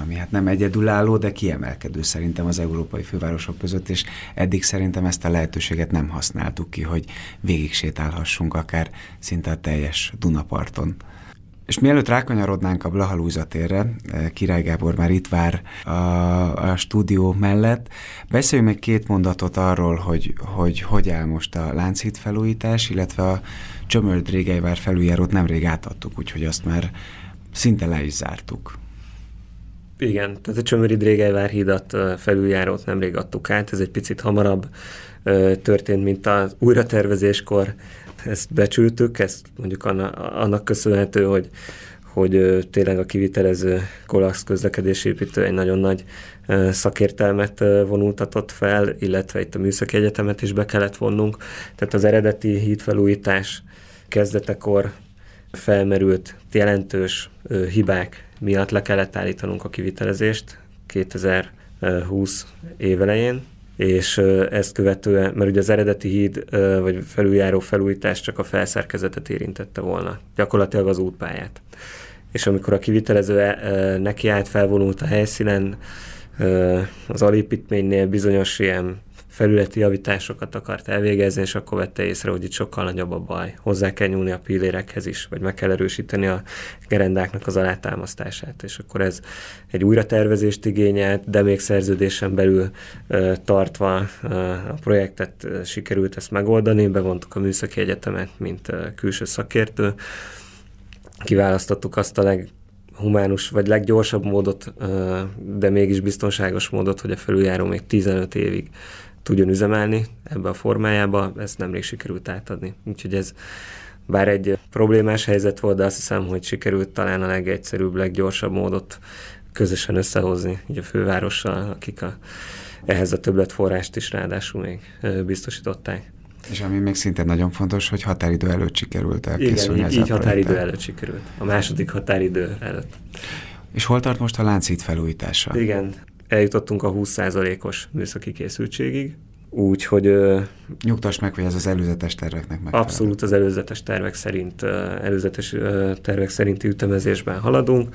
ami hát nem egyedülálló, de kiemelkedő szerintem az európai fővárosok között, és eddig szerintem ezt a lehetőséget nem használtuk ki, hogy végig sétálhassunk akár szinte a teljes Dunaparton. És mielőtt rákanyarodnánk a Blaha Lujza térre, Király Gábor már itt vár a, a stúdió mellett, beszéljünk meg két mondatot arról, hogy hogy, hogy áll most a Lánchíd felújítás, illetve a Csömöld-Régelyvár felüljárót nemrég átadtuk, úgyhogy azt már szinte le is zártuk. Igen, tehát a Csömöri-Régelyvár hídat felüljárót nemrég adtuk át, ez egy picit hamarabb történt, mint az újratervezéskor. Ezt becsültük, ezt mondjuk annak köszönhető, hogy, hogy tényleg a kivitelező Kolax közlekedésépítő egy nagyon nagy szakértelmet vonultatott fel, illetve itt a Műszaki Egyetemet is be kellett vonnunk. Tehát az eredeti hídfelújítás kezdetekor felmerült jelentős hibák miatt le kellett állítanunk a kivitelezést kétezer-húsz évelején, és ezt követően, mert ugye az eredeti híd vagy felüljáró felújítás csak a felszerkezetet érintette volna, gyakorlatilag az útpályát. És amikor a kivitelező nekiállt, felvonult a helyszínen, az alépítménynél bizonyos ilyen felületi javításokat akart elvégezni, és akkor vette észre, hogy itt sokkal nagyobb a baj. Hozzá kell nyúlni a pillérekhez is, vagy meg kell erősíteni a gerendáknak az alátámasztását. És akkor ez egy újratervezést igényelt, de még szerződésen belül uh, tartva uh, a projektet uh, sikerült ezt megoldani. Bevontuk a Műszaki Egyetemet, mint uh, külső szakértő. Kiválasztottuk azt a leg humánus, vagy leggyorsabb módot, uh, de mégis biztonságos módot, hogy a felüljáró még tizenöt évig tudjon üzemelni ebbe a formájába, ezt nemrég sikerült átadni. Úgyhogy ez bár egy problémás helyzet volt, de azt hiszem, hogy sikerült talán a legegyszerűbb, leggyorsabb módot közösen összehozni így a fővárossal, akik a, ehhez a többletforrást is ráadásul még biztosították. És ami még szintén nagyon fontos, hogy határidő előtt sikerült elkészülni. Igen, így, így határidő előtt sikerült. A második határidő előtt. És hol tart most a Lánchíd felújítása? Igen, eljutottunk a húsz százalékos műszaki készültségig, úgyhogy... Nyugtass meg, hogy ez az előzetes terveknek megfelel. Abszolút az előzetes tervek szerint, előzetes tervek szerinti ütemezésben haladunk.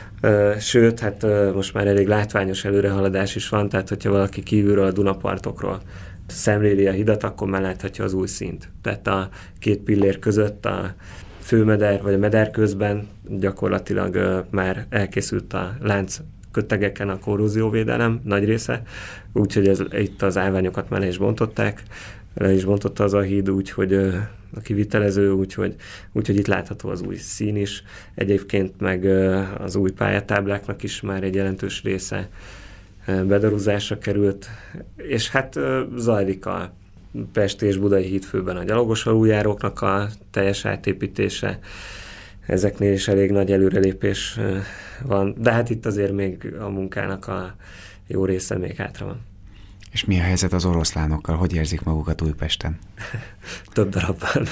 Sőt, hát most már elég látványos előrehaladás is van, tehát hogyha valaki kívülről a Dunapartokról szemléli a hidat, akkor már láthatja az új színt. Tehát a két pillér között a főmeder, vagy a meder közben gyakorlatilag már elkészült a lánc kötegeken a korrózióvédelem nagy része, úgyhogy ez, itt az állványokat már le is bontották, le is bontotta az a híd, úgyhogy a kivitelező, úgyhogy, úgyhogy itt látható az új szín is. Egyébként meg az új pályatábláknak is már egy jelentős része bedarúzásra került, és hát zajlik a Pesti és Budai hídfőben a gyalogos aluljáróknak a teljes átépítése. Ezeknél is elég nagy előrelépés van, de hát itt azért még a munkának a jó része még hátra van. És mi a helyzet az oroszlánokkal? Hogy érzik magukat Újpesten? Több darabban.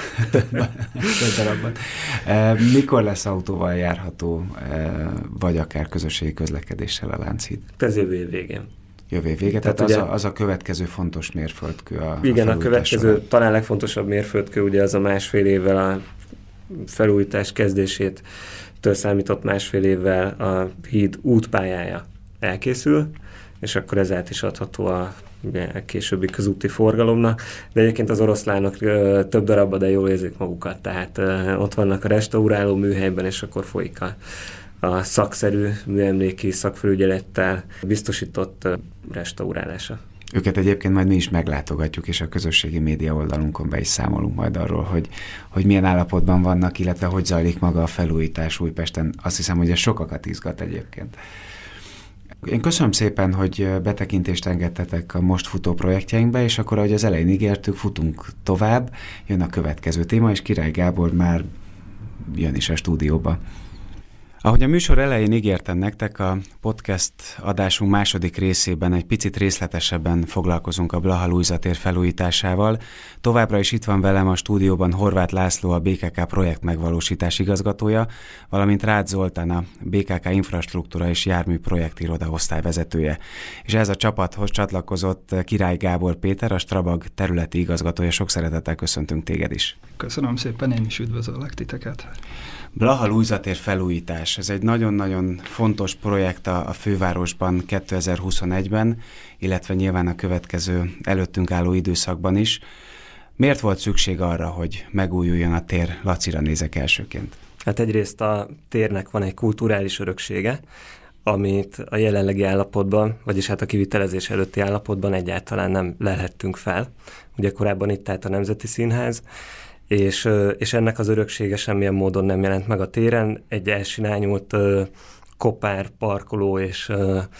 Több darabban. Mikor lesz autóval járható, vagy akár közösségi közlekedéssel a Lánchíd? Ez jövő év végén. Jövő év végén, tehát, tehát az, ugye, a, az a következő fontos mérföldkő a igen, a, a következő, során. Talán legfontosabb mérföldkő ugye az a másfél évvel a felújítás kezdését től számított másfél évvel a híd útpályája elkészül, és akkor ez át is adható a ugye, későbbi közúti forgalomnak, de egyébként az oroszlánok ö, több darabban, de jól érzik magukat, tehát ö, ott vannak a restauráló műhelyben, és akkor folyik a, a szakszerű műemléki szakfelügyelettel biztosított ö, restaurálása. Őket egyébként majd mi is meglátogatjuk, és a közösségi média oldalunkon be is számolunk majd arról, hogy, hogy milyen állapotban vannak, illetve hogy zajlik maga a felújítás Újpesten. Azt hiszem, hogy ez sokakat izgat egyébként. Én köszönöm szépen, hogy betekintést engedtetek a most futó projektjeinkbe, és akkor, ahogy az elején ígértük, futunk tovább, jön a következő téma, és Király Gábor már jön is a stúdióba. Ahogy a műsor elején ígértem nektek, a podcast adásunk második részében egy picit részletesebben foglalkozunk a Blaha Lujza tér felújításával. Továbbra is itt van velem a stúdióban Horváth László, a bé ká ká projekt megvalósítás igazgatója, valamint Rácz Zoltán, a bé ká ká infrastruktúra és jármű projektiroda osztályvezetője. És ez a csapathoz csatlakozott Király Gábor Péter, a Strabag területi igazgatója. Sok szeretettel köszöntünk téged is. Köszönöm szépen, én is üdvözöllek titeket. Blaha Lujza tér felújítás, ez egy nagyon-nagyon fontos projekt a, a fővárosban kétezer-huszonegyben, illetve nyilván a következő előttünk álló időszakban is. Miért volt szükség arra, hogy megújuljon a tér? Lacira nézek elsőként. Hát egyrészt a térnek van egy kulturális öröksége, amit a jelenlegi állapotban, vagyis hát a kivitelezés előtti állapotban egyáltalán nem lelhettünk fel. Ugye korábban itt állt a Nemzeti Színház, és, és ennek az öröksége semmilyen módon nem jelent meg a téren. Egy elsinányult kopár, parkoló és,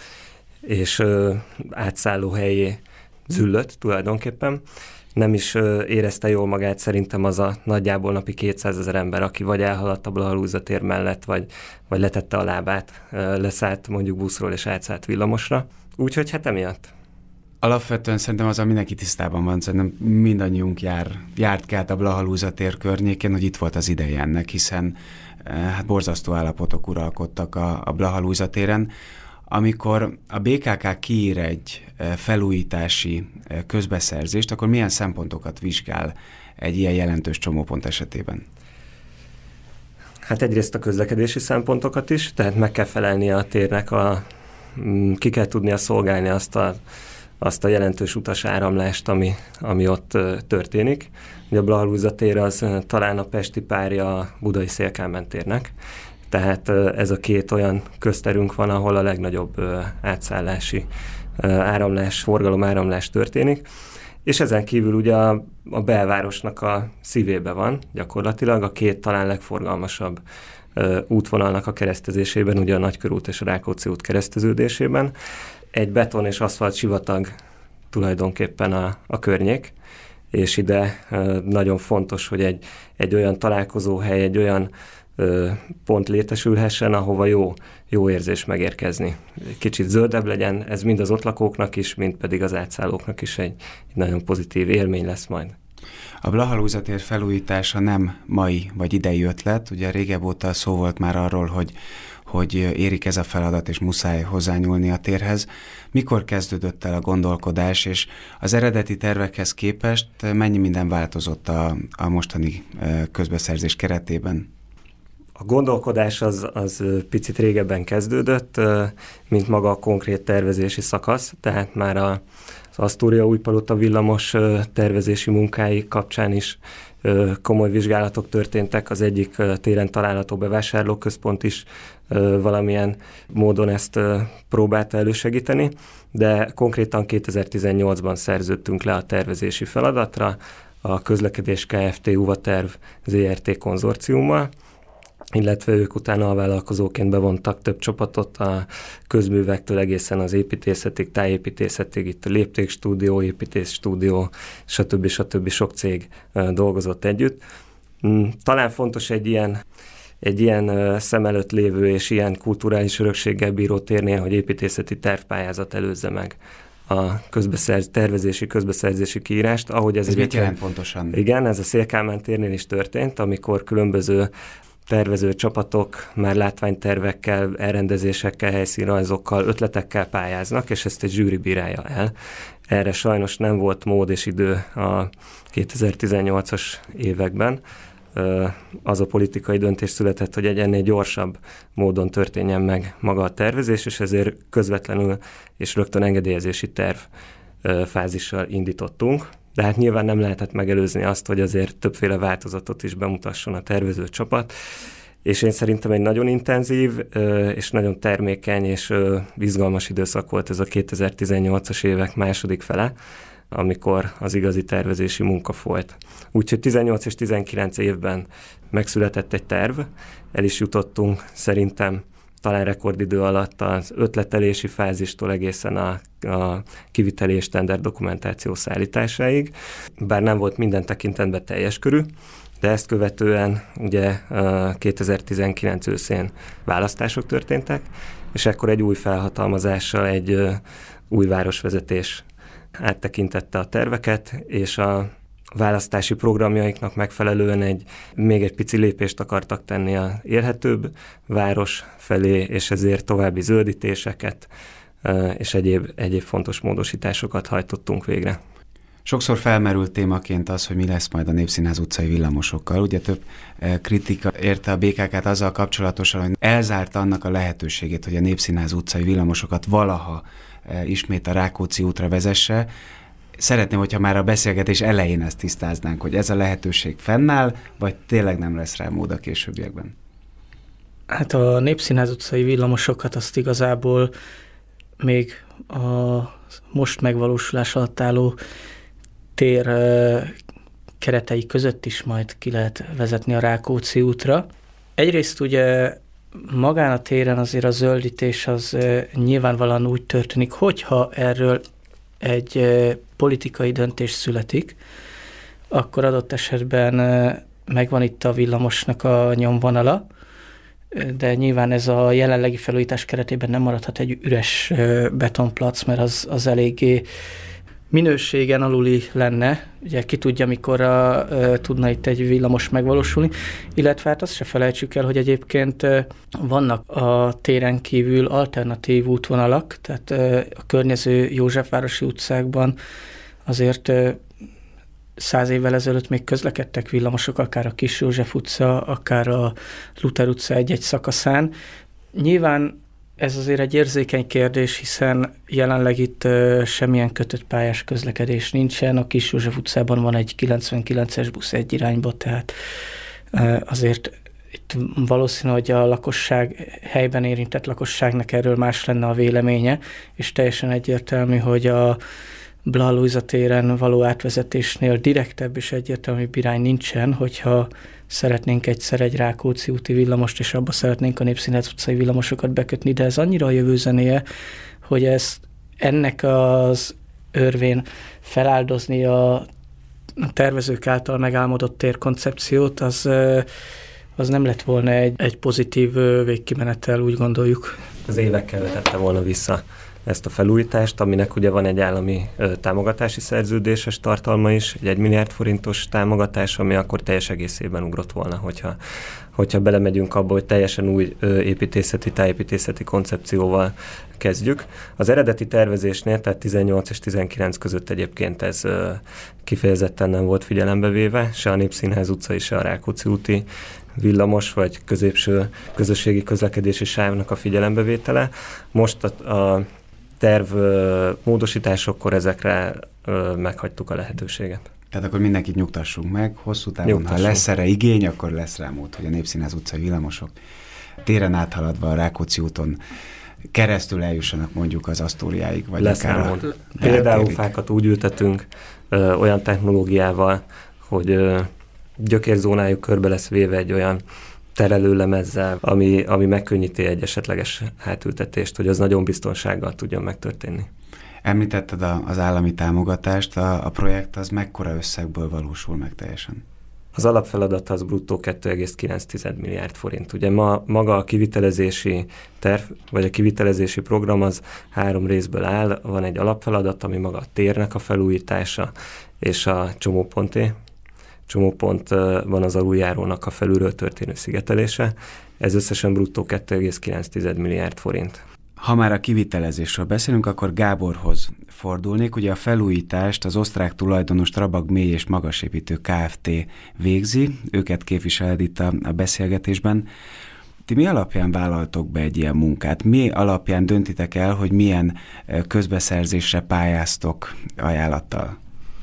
és átszállóhelyé züllött tulajdonképpen. Nem is érezte jól magát szerintem az a nagyjából napi kétszázezer ember, aki vagy elhaladt a Blaha Lujza tér mellett, vagy, vagy letette a lábát, leszállt mondjuk buszról és átszállt villamosra. Úgyhogy hát emiatt. Alapvetően szerintem az a mindenki tisztában van, szerintem mindannyiunk jár, járt kelt a Blaha Lujza tér környékén, hogy itt volt az ideje ennek, hiszen hát borzasztó állapotok uralkodtak a, a Blaha Lujza téren. Amikor a bé ká ká kiír egy felújítási közbeszerzést, akkor milyen szempontokat vizsgál egy ilyen jelentős csomópont esetében? Hát egyrészt a közlekedési szempontokat is, tehát meg kell felelnie a térnek, a, ki kell tudnia szolgálni azt a, azt a jelentős utasáramlást, ami, ami ott történik. Ugye a Blaha Lujza tér az talán a pesti párja a budai Széll-Kálmán térnek, tehát ez a két olyan közterünk van, ahol a legnagyobb átszállási áramlás, forgalom áramlás történik, és ezen kívül ugye a, a belvárosnak a szívébe van gyakorlatilag, a két talán legforgalmasabb útvonalnak a keresztezésében, ugye a Nagykörút és a Rákóczi út kereszteződésében. Egy beton és aszfalt sivatag tulajdonképpen a, a környék, és ide nagyon fontos, hogy egy, egy olyan találkozóhely, egy olyan pont létesülhessen, ahova jó, jó érzés megérkezni. Kicsit zöldebb legyen, ez mind az ott lakóknak is, mind pedig az átszállóknak is egy, egy nagyon pozitív élmény lesz majd. A Blaha Lujza tér felújítása nem mai vagy idei ötlet, ugye régebb óta szó volt már arról, hogy, hogy érik ez a feladat, és muszáj hozzányúlni a térhez. Mikor kezdődött el a gondolkodás, és az eredeti tervekhez képest mennyi minden változott a, a mostani közbeszerzés keretében? A gondolkodás az, az picit régebben kezdődött, mint maga a konkrét tervezési szakasz, tehát már az Asztória Újpalota villamos tervezési munkái kapcsán is komoly vizsgálatok történtek. Az egyik téren található bevásárlóközpont is valamilyen módon ezt próbálta elősegíteni, de konkrétan kétezer-tizennyolcban szerződtünk le a tervezési feladatra a Közlekedés Kft. Uvaterv zé er té konzorciummal, illetve ők utána a vállalkozóként bevontak több csapatot a közművektől egészen az építészetig, tájépítészetig, itt a léptékstúdió, építésstúdió, stb. stb. Sok cég dolgozott együtt. Talán fontos egy ilyen, egy ilyen szem előtt lévő és ilyen kulturális örökséggel bíró térnél, hogy építészeti tervpályázat előzze meg a közbeszerz, tervezési, közbeszerzési kiírást. Ahogy ez ez mit jelent pontosan? Igen, ez a Széll-Kálmán térnél is történt, amikor különböző tervező csapatok már látványtervekkel, elrendezésekkel, helyszínrajzokkal, ötletekkel pályáznak, és ezt egy zsűri bírálja el. Erre sajnos nem volt mód és idő a kétezer-tizennyolcas években. Az a politikai döntés született, hogy egy ennél gyorsabb módon történjen meg maga a tervezés, és ezért közvetlenül és rögtön engedélyezési terv fázissal indítottunk. De hát nyilván nem lehetett megelőzni azt, hogy azért többféle változatot is bemutasson a tervező csapat, és én szerintem egy nagyon intenzív és nagyon termékeny és izgalmas időszak volt ez a kétezer-tizennyolcas évek második fele, amikor az igazi tervezési munka folyt. Úgyhogy tizennyolc és tizenkilenc évben megszületett egy terv, el is jutottunk szerintem talán rekordidő alatt az ötletelési fázistól egészen a, a kiviteli és tender dokumentáció szállításáig, bár nem volt minden tekintetben teljes körű, de ezt követően ugye kétezer-tizenkilenc őszén választások történtek, és ekkor egy új felhatalmazással egy új városvezetés áttekintette a terveket, és a választási programjaiknak megfelelően egy, még egy pici lépést akartak tenni a élhetőbb város felé, és ezért további zöldítéseket és egyéb, egyéb fontos módosításokat hajtottunk végre. Sokszor felmerült témaként az, hogy mi lesz majd a Népszínház utcai villamosokkal. Ugye több kritika érte a bé ká ká-t azzal kapcsolatosan, hogy elzárta annak a lehetőségét, hogy a Népszínház utcai villamosokat valaha ismét a Rákóczi útra vezesse. Szeretném, hogyha már a beszélgetés elején ezt tisztáznánk, hogy ez a lehetőség fennáll, vagy tényleg nem lesz rá mód a későbbiekben? Hát a Népszínház utcai villamosokat azt igazából még a most megvalósulás alatt álló tér keretei között is majd ki lehet vezetni a Rákóczi útra. Egyrészt ugye magán a téren azért a zöldítés az nyilvánvalóan úgy történik, hogyha erről egy politikai döntés születik, akkor adott esetben megvan itt a villamosnak a nyomvonala, de nyilván ez a jelenlegi felújítás keretében nem maradhat egy üres betonplac, mert az, az eléggé minőségen aluli lenne, ugye ki tudja, mikorra uh, tudna itt egy villamos megvalósulni, illetve hát azt se felejtsük el, hogy egyébként uh, vannak a téren kívül alternatív útvonalak, tehát uh, a környező Józsefvárosi utcákban azért uh, száz évvel ezelőtt még közlekedtek villamosok, akár a Kis József utca, akár a Luther utca egy-egy szakaszán. Nyilván ez azért egy érzékeny kérdés, hiszen jelenleg itt uh, semmilyen kötött pályás közlekedés nincsen. A Kis József utcában van egy kilencvenkilences busz egy irányba, tehát uh, azért itt valószínű, hogy a lakosság, helyben érintett lakosságnak erről más lenne a véleménye, és teljesen egyértelmű, hogy a Blaha Lujza téren való átvezetésnél direktebb és egyértelműbb irány nincsen, hogyha szeretnénk egyszer egy Rákóczi úti villamost, és abba szeretnénk a Népszínház utcai villamosokat bekötni, de ez annyira a jövő zenéje, hogy ezt ennek az örvén feláldozni a tervezők által megálmodott térkoncepciót, az, az nem lett volna egy, egy pozitív végkimenettel, úgy gondoljuk. Az évekkel vetette volna vissza ezt a felújítást, aminek ugye van egy állami ö, támogatási szerződéses tartalma is, egy egy milliárd forintos támogatás, ami akkor teljes egészében ugrott volna, hogyha, hogyha belemegyünk abba, hogy teljesen új ö, építészeti, tájépítészeti koncepcióval kezdjük. Az eredeti tervezésnél, tehát tizennyolc és tizenkilenc között egyébként ez ö, kifejezetten nem volt figyelembe véve, se a Népszínház utcai, se a Rákóczi úti villamos vagy középső közösségi közlekedési sávnak a figyelembevétele. Most a, a terv módosításokkor ezekre ö, meghagytuk a lehetőséget. Tehát akkor mindenkit nyugtassunk meg, hosszú távon, nyugtassunk. Ha lesz erre igény, akkor lesz rá mód, hogy a Népszínház utcai villamosok téren áthaladva a Rákóczi úton keresztül eljussanak mondjuk az Asztóriáig, vagy lesz akár a... Például fákat úgy ültetünk ö, olyan technológiával, hogy ö, gyökérzónájuk körbe lesz véve egy olyan terelőlemezzel, ami, ami megkönnyíti egy esetleges átültetést, hogy az nagyon biztonsággal tudjon megtörténni. Említetted a, az állami támogatást, a, a projekt az mekkora összegből valósul meg teljesen? Az alapfeladat az bruttó kettő egész kilenc milliárd forint. Ugye ma, maga a kivitelezési terv, vagy a kivitelezési program az három részből áll. Van egy alapfeladat, ami maga a térnek a felújítása, és a csomóponté. Csomópont van az aluljárónak a felülről történő szigetelése. Ez összesen bruttó kettő egész kilenc milliárd forint. Ha már a kivitelezésről beszélünk, akkor Gáborhoz fordulnék. Ugye a felújítást az osztrák tulajdonos Trabag Mély és Magasépítő Kft. Végzi, őket képviseled itt a, a beszélgetésben. Ti mi alapján vállaltok be egy ilyen munkát? Mi alapján döntitek el, hogy milyen közbeszerzésre pályáztok ajánlattal?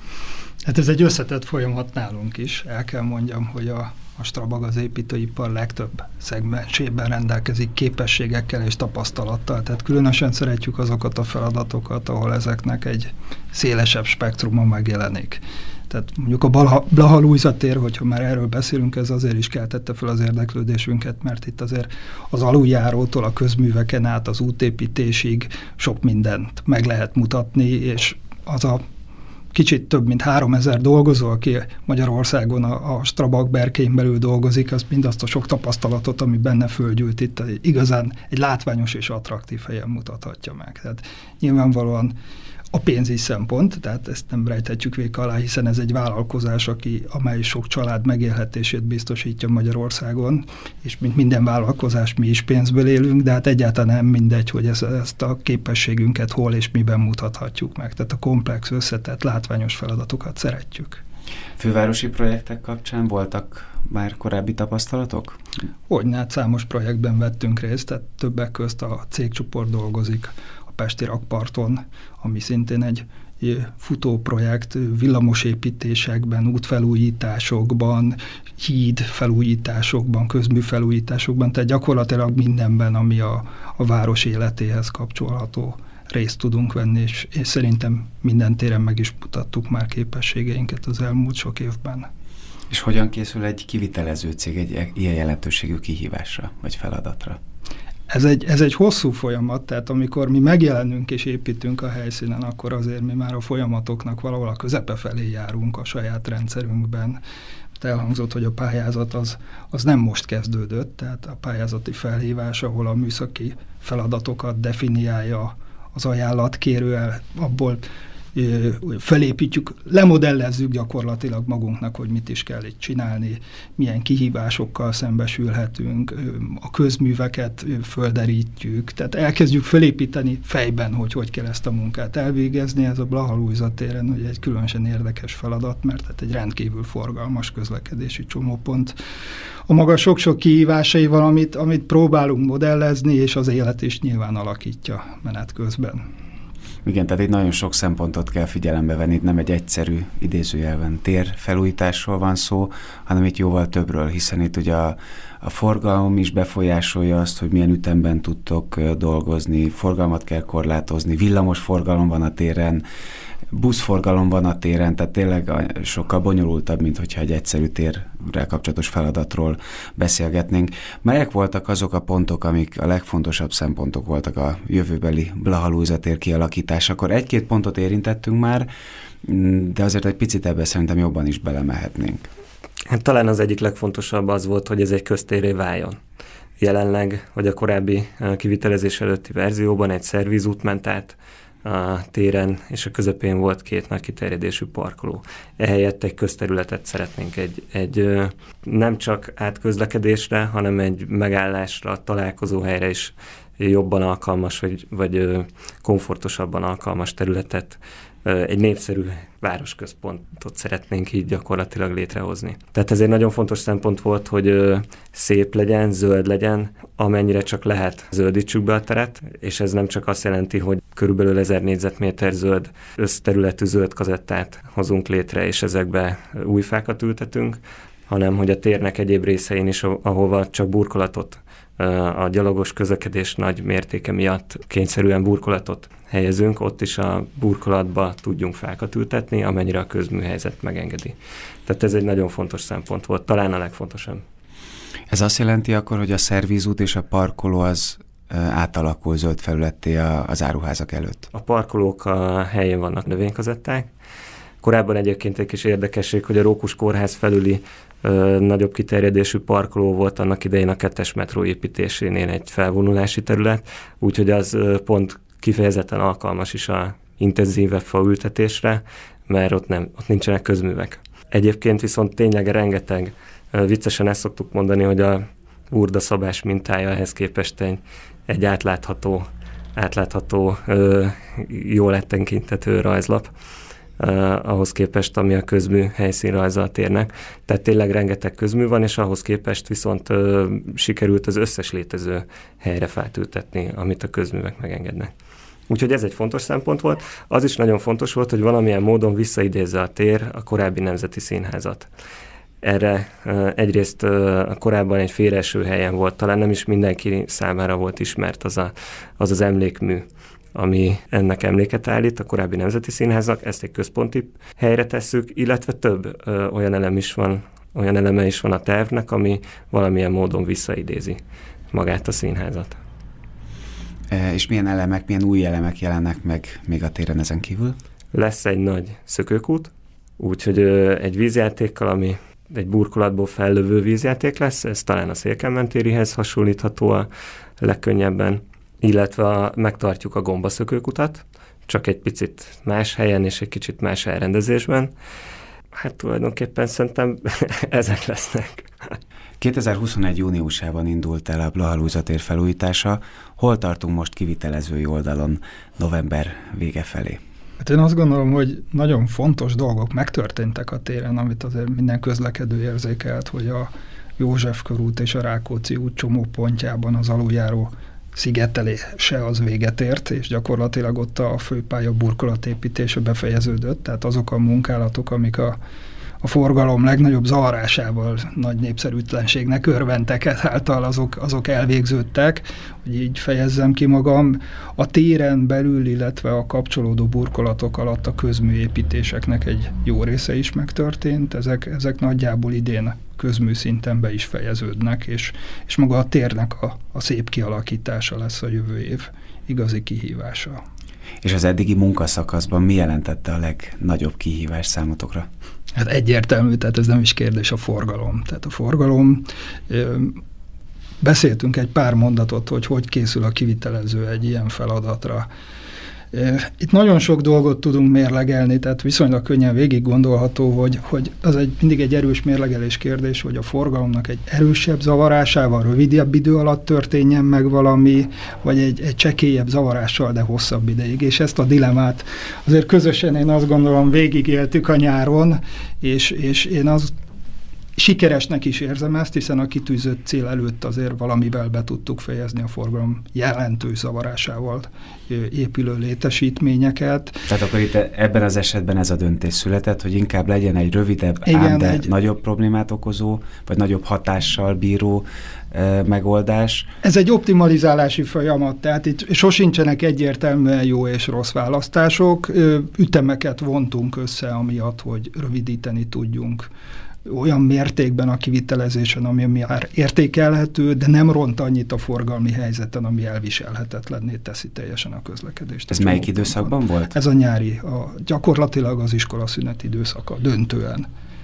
Hát ez egy összetett folyamat nálunk is. El kell mondjam, hogy a, a Strabag az építőipar legtöbb szegmensében rendelkezik képességekkel és tapasztalattal. Tehát különösen szeretjük azokat a feladatokat, ahol ezeknek egy szélesebb spektruma megjelenik. Tehát mondjuk a Blaha Lujza tér, hogyha már erről beszélünk, ez azért is keltette fel az érdeklődésünket, mert itt azért az aluljárótól a közműveken át az útépítésig sok mindent meg lehet mutatni, és az a kicsit több mint háromezer dolgozó, aki Magyarországon a, a Strabag berkein belül dolgozik, az mindazt a sok tapasztalatot, ami benne fölgyűlt itt, igazán egy látványos és attraktív helyen mutathatja meg. Tehát nyilvánvalóan A pénz is szempont, tehát ezt nem rejthetjük véka alá, hiszen ez egy vállalkozás, aki, amely sok család megélhetését biztosítja Magyarországon, és mint minden vállalkozás mi is pénzből élünk, de hát egyáltalán nem mindegy, hogy ez, ezt a képességünket hol és miben mutathatjuk meg. Tehát a komplex, összetett, látványos feladatokat szeretjük. Fővárosi projektek kapcsán voltak már korábbi tapasztalatok? Hogyne, hát számos projektben vettünk részt, tehát többek közt a cégcsoport dolgozik a Pesti rakparton, ami szintén egy futóprojekt, villamosépítésekben, útfelújításokban, híd felújításokban, közműfelújításokban, tehát gyakorlatilag mindenben, ami a, a város életéhez kapcsolható, részt tudunk venni, és, és szerintem minden téren meg is mutattuk már képességeinket az elmúlt sok évben. És hogyan készül egy kivitelező cég egy ilyen jelentőségű kihívásra, vagy feladatra? Ez egy, ez egy hosszú folyamat, tehát amikor mi megjelenünk és építünk a helyszínen, akkor azért mi már a folyamatoknak valahol a közepe felé járunk a saját rendszerünkben. Elhangzott, hogy a pályázat az, az nem most kezdődött, tehát a pályázati felhívás, ahol a műszaki feladatokat definiálja az ajánlatkérő, abból felépítjük, lemodellezzük gyakorlatilag magunknak, hogy mit is kell itt csinálni, milyen kihívásokkal szembesülhetünk, a közműveket földerítjük, tehát elkezdjük felépíteni fejben, hogy hogy kell ezt a munkát elvégezni. Ez a Blaha-Lujza téren ugye egy különösen érdekes feladat, mert hát egy rendkívül forgalmas közlekedési csomópont. A maga sok-sok kihívásaival, amit, amit próbálunk modellezni, és az élet is nyilván alakítja menet közben. Igen, tehát itt nagyon sok szempontot kell figyelembe venni, itt nem egy egyszerű idézőjelben térfelújításról van szó, hanem itt jóval többről, hiszen itt ugye a, a forgalom is befolyásolja azt, hogy milyen ütemben tudtok dolgozni, forgalmat kell korlátozni, villamos forgalom van a téren, buszforgalom van a téren, tehát tényleg sokkal bonyolultabb, mint hogyha egy egyszerű térrel kapcsolatos feladatról beszélgetnénk. Melyek voltak azok a pontok, amik a legfontosabb szempontok voltak a jövőbeli Blaha-Lujza tér kialakításakor? Egy-két pontot érintettünk már, de azért egy picit ebbe szerintem jobban is belemehetnénk. Hát talán az egyik legfontosabb az volt, hogy ez egy köztérré váljon. Jelenleg, vagy a korábbi kivitelezés előtti verzióban egy szervizút ment át a téren, és a közepén volt két nagy kiterjedésű parkoló. Ehelyett egy közterületet szeretnénk, egy, egy nem csak átközlekedésre, hanem egy megállásra, találkozóhelyre is jobban alkalmas, vagy, vagy komfortosabban alkalmas területet, egy népszerű városközpontot szeretnénk így gyakorlatilag létrehozni. Tehát ez egy nagyon fontos szempont volt, hogy szép legyen, zöld legyen, amennyire csak lehet zöldítsük be a teret, és ez nem csak azt jelenti, hogy körülbelül ezer négyzetméter zöld, összterületű zöld kazettát hozunk létre, és ezekbe új fákat ültetünk, hanem hogy a térnek egyéb részein is, ahova csak burkolatot, a gyalogos közlekedés nagy mértéke miatt kényszerűen burkolatot helyezünk, ott is a burkolatba tudjunk fákat ültetni, amennyire a közműhelyzet megengedi. Tehát ez egy nagyon fontos szempont volt, talán a legfontosabb. Ez azt jelenti akkor, hogy a szervizút és a parkoló az átalakul zöld felületté az áruházak előtt? A parkolók a helyén vannak növénykazetták. Korábban egyébként egy kis érdekesség, hogy a Rókus kórház felüli ö, nagyobb kiterjedésű parkoló volt annak idején a kettes metró építésénél egy felvonulási terület, úgyhogy az ö, pont kifejezetten alkalmas is a intenzívebb faültetésre, mert ott, nem, ott nincsenek közművek. Egyébként viszont tényleg rengeteg, ö, viccesen ezt szoktuk mondani, hogy a burda szabás mintája ehhez képest egy, egy átlátható, átlátható ö, jól lettenkintető rajzlap. Uh, ahhoz képest, ami a közmű helyszínrajza a térnek. Tehát tényleg rengeteg közmű van, és ahhoz képest viszont uh, sikerült az összes létező helyre fát ültetni, amit a közművek megengednek. Úgyhogy ez egy fontos szempont volt. Az is nagyon fontos volt, hogy valamilyen módon visszaidézze a tér a korábbi Nemzeti Színházat. Erre uh, egyrészt uh, korábban egy félreeső helyen volt, talán nem is mindenki számára volt ismert az a, az, az emlékmű, ami ennek emléket állít, a korábbi Nemzeti Színháznak, ezt egy központi helyre tesszük, illetve több ö, olyan elem is van, olyan eleme is van a tervnek, ami valamilyen módon visszaidézi magát a színházat. E, és milyen elemek, milyen új elemek jelennek meg még a téren ezen kívül? Lesz egy nagy szökőkút, úgyhogy ö, egy vízjátékkal, ami egy burkolatból fellövő vízjáték lesz, ez talán a Szélkámmentérihez hasonlítható a legkönnyebben, illetve a, megtartjuk a gombaszökőkutat, csak egy picit más helyen és egy kicsit más elrendezésben. Hát tulajdonképpen szerintem ezek lesznek. kétezer-huszonegy júniusában indult el a Blaha Lujza tér felújítása. Hol tartunk most kivitelezői oldalon november vége felé? Hát én azt gondolom, hogy nagyon fontos dolgok megtörténtek a téren, amit azért minden közlekedő érzékelt, hogy a József körút és a Rákóczi út csomópontjában az aluljáró szigetelése az véget ért, és gyakorlatilag ott a főpálya burkolatépítése befejeződött, tehát azok a munkálatok, amik a, a forgalom legnagyobb zavarásával, nagy népszerűtlenségnek örventek ezáltal, azok, azok elvégződtek, hogy így fejezzem ki magam. A téren belül, illetve a kapcsolódó burkolatok alatt a közműépítéseknek egy jó része is megtörtént, ezek, ezek nagyjából idén közmű szinten be is fejeződnek, és, és maga a térnek a, a szép kialakítása lesz a jövő év igazi kihívása. És az eddigi munkaszakaszban mi jelentette a legnagyobb kihívás számotokra? Hát egyértelmű, tehát ez nem is kérdés, a forgalom. Tehát a forgalom, beszéltünk egy pár mondatot, hogy hogy készül a kivitelező egy ilyen feladatra. Itt nagyon sok dolgot tudunk mérlegelni, tehát viszonylag könnyen végig gondolható, hogy, hogy az egy, mindig egy erős mérlegelés kérdés, hogy a forgalomnak egy erősebb zavarásával, rövidebb idő alatt történjen meg valami, vagy egy, egy csekélyebb zavarással, de hosszabb ideig. És ezt a dilemát azért közösen én azt gondolom végigéltük a nyáron, és, és én azt sikeresnek is érzem ezt, hiszen a kitűzött cél előtt azért valamivel be tudtuk fejezni a forgalom jelentős zavarásával épülő létesítményeket. Tehát akkor itt ebben az esetben ez a döntés született, hogy inkább legyen egy rövidebb, Igen, ám de egy... nagyobb problémát okozó, vagy nagyobb hatással bíró e, megoldás. Ez egy optimalizálási folyamat, tehát itt sosincsenek egyértelműen jó és rossz választások. Ütemeket vontunk össze amiatt, hogy rövidíteni tudjunk olyan mértékben a kivitelezésen, ami már értékelhető, de nem ront annyit a forgalmi helyzeten, ami elviselhetetlenné teszi teljesen a közlekedést. Ez melyik időszakban volt? Ez a nyári, a, gyakorlatilag az iskolaszünet időszaka, döntően.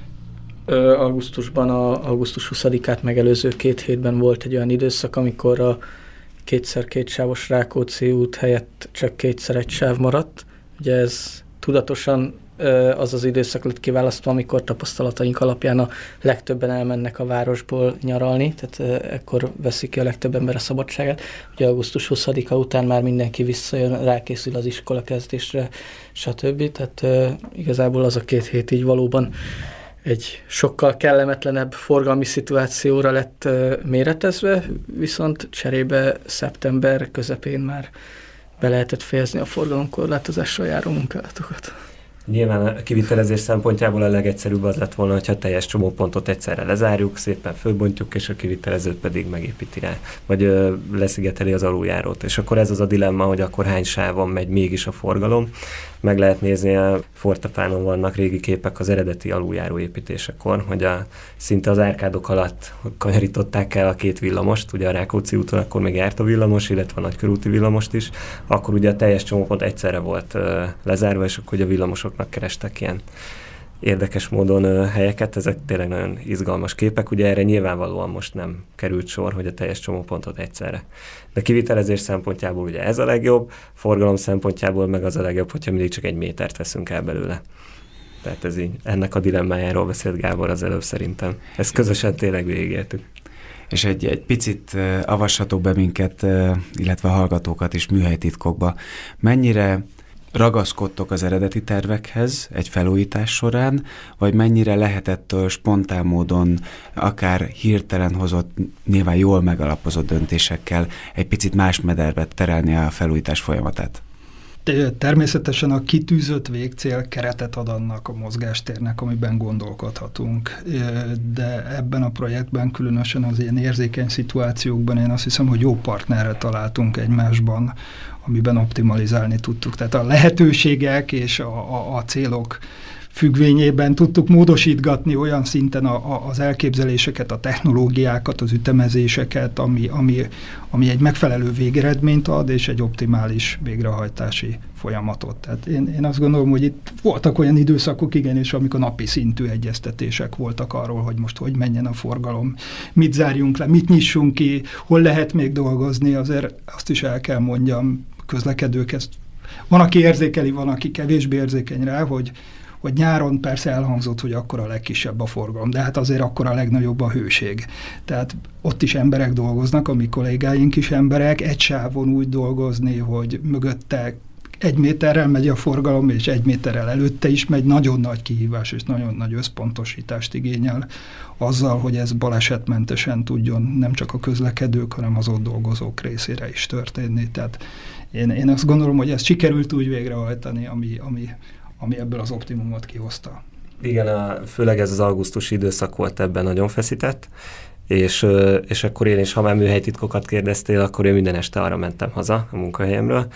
Ö, augusztusban, a, augusztus huszadikát megelőző két hétben volt egy olyan időszak, amikor a kétszer kétsávos Rákóczi út helyett csak kétszer egy sáv maradt. Ugye ez tudatosan az az időszak lett kiválasztva, amikor tapasztalataink alapján a legtöbben elmennek a városból nyaralni, tehát ekkor veszik ki a legtöbb ember a szabadságát. Ugye augusztus huszadika után már mindenki visszajön, rákészül az iskola kezdésre, stb. Tehát uh, igazából az a két hét így valóban egy sokkal kellemetlenebb forgalmi szituációra lett uh, méretezve, viszont cserébe szeptember közepén már be lehetett fejezni a forgalomkorlátozással járó munkálatokat. Nyilván a kivitelezés szempontjából a legegyszerűbb az lett volna, hogyha teljes csomópontot egyszerre lezárjuk, szépen fölbontjuk, és a kivitelezőt pedig megépíti rá, vagy ö, leszigeteli az aluljárót. És akkor ez az a dilemma, hogy akkor hány sávon megy mégis a forgalom. Meg lehet nézni, a Fortepánon vannak régi képek az eredeti aluljáró építésekor, hogy a, szinte az árkádok alatt kanyarították el a két villamost, ugye a Rákóczi úton akkor még járt a villamos, illetve a nagykörúti villamost is, akkor ugye a teljes csomópont egyszerre volt ö, lezárva, és akkor ugye a villamosoknak kerestek ilyen érdekes módon ö, helyeket, ezek tényleg nagyon izgalmas képek, ugye erre nyilvánvalóan most nem került sor, hogy a teljes csomópontot egyszerre. De kivitelezés szempontjából ugye ez a legjobb, forgalom szempontjából meg az a legjobb, hogyha mindig csak egy métert veszünk el belőle. Tehát ez így, ennek a dilemmájáról beszélt Gábor az előbb szerintem. Ezt közösen tényleg végigéltük. És egy, egy picit uh, avassatok be minket, uh, illetve a hallgatókat is műhelytitkokba. Mennyire ragaszkodtok az eredeti tervekhez egy felújítás során, vagy mennyire lehetett spontán módon, akár hirtelen hozott, nyilván jól megalapozott döntésekkel egy picit más mederbe terelni a felújítás folyamatát? Természetesen a kitűzött végcél keretet ad annak a mozgástérnek, amiben gondolkodhatunk. De ebben a projektben, különösen az ilyen érzékeny szituációkban én azt hiszem, hogy jó partnerre találtunk egymásban, amiben optimalizálni tudtuk. Tehát a lehetőségek és a, a, a célok függvényében tudtuk módosítgatni olyan szinten a, a, az elképzeléseket, a technológiákat, az ütemezéseket, ami, ami, ami egy megfelelő végeredményt ad, és egy optimális végrehajtási folyamatot. Tehát én, én azt gondolom, hogy itt voltak olyan időszakok, igenis, amikor napi szintű egyeztetések voltak arról, hogy most hogy menjen a forgalom, mit zárjunk le, mit nyissunk ki, hol lehet még dolgozni, azért azt is el kell mondjam, közlekedők ezt van, aki érzékeli, van, aki kevésbé érzékeny rá, hogy, hogy nyáron persze elhangzott, hogy akkor a legkisebb a forgalom, de hát azért akkor a legnagyobb a hőség. Tehát ott is emberek dolgoznak, a mi kollégáink is emberek, egy sávon úgy dolgozni, hogy mögötte egy méterrel megy a forgalom, és egy méterrel előtte is megy, nagyon nagy kihívás, és nagyon nagy összpontosítást igényel azzal, hogy ez balesetmentesen tudjon nem csak a közlekedők, hanem az ott dolgozók részére is történni. Tehát én, én azt gondolom, hogy ezt sikerült úgy végrehajtani, ami, ami, ami ebből az optimumot kihozta. Igen, a, főleg ez az augusztusi időszak volt ebben nagyon feszített, és, és akkor én is, ha már műhelytitkokat kérdeztél, akkor én minden este arra mentem haza a munkahelyemről,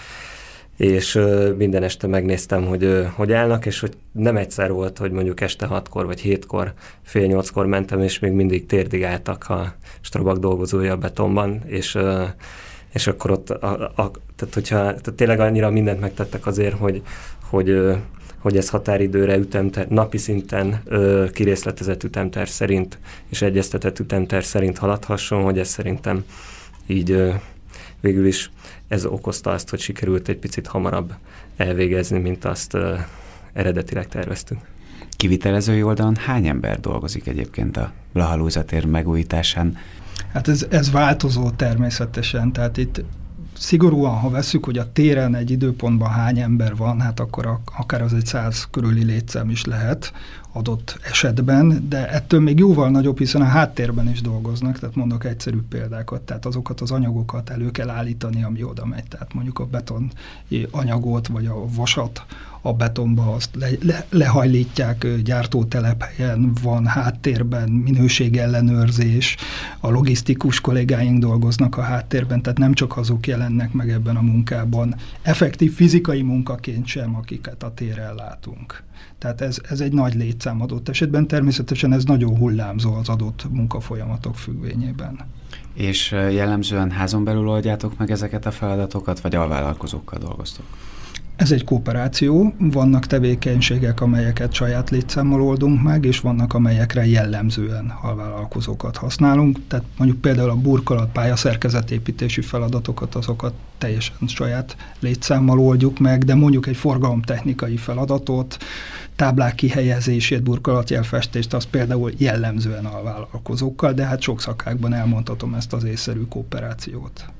és minden este megnéztem, hogy hogy állnak, és hogy nem egyszer volt, hogy mondjuk este hatkor vagy hétkor, fél nyolckor mentem, és még mindig térdig álltak a Strabag dolgozója a betonban, és, és akkor ott, a, a, tehát hogyha tehát tényleg annyira mindent megtettek azért, hogy, hogy, hogy ez határidőre ütemter, napi szinten kirészletezett ütemterv szerint, és egyeztetett ütemterv szerint haladhasson, hogy ez szerintem így végül is ez okozta azt, hogy sikerült egy picit hamarabb elvégezni, mint azt uh, eredetileg terveztünk. Kivitelezői oldalon hány ember dolgozik egyébként a Blaha tér megújításán? Hát ez, ez változó természetesen, tehát itt szigorúan, ha vesszük, hogy a téren egy időpontban hány ember van, hát akkor a, akár az egy száz körüli létszám is lehet adott esetben, de ettől még jóval nagyobb, hiszen a háttérben is dolgoznak, tehát mondok egyszerű példákat, tehát azokat az anyagokat elő kell állítani, ami oda megy, tehát mondjuk a beton anyagot, vagy a vasat a betonba, azt le, le, lehajlítják gyártótelephelyen, van háttérben minőségellenőrzés, a logisztikus kollégáink dolgoznak a háttérben, tehát nem csak azok jelennek meg ebben a munkában, effektív fizikai munkaként sem, akiket a téren látunk. Tehát ez, ez egy nagy létszám adott esetben, természetesen ez nagyon hullámzó az adott munkafolyamatok függvényében. És jellemzően házon belül oldjátok meg ezeket a feladatokat, vagy alvállalkozókkal dolgoztok? Ez egy kooperáció, vannak tevékenységek, amelyeket saját létszámmal oldunk meg, és vannak, amelyekre jellemzően alvállalkozókat használunk. Tehát mondjuk például a burkolat pályaszerkezetépítési feladatokat, azokat teljesen saját létszámmal oldjuk meg, de mondjuk egy forgalomtechnikai feladatot, táblák kihelyezését, burkolatjelfestést, az például jellemzően alvállalkozókkal, de hát sok szakákban elmondhatom ezt az észszerű kooperációt.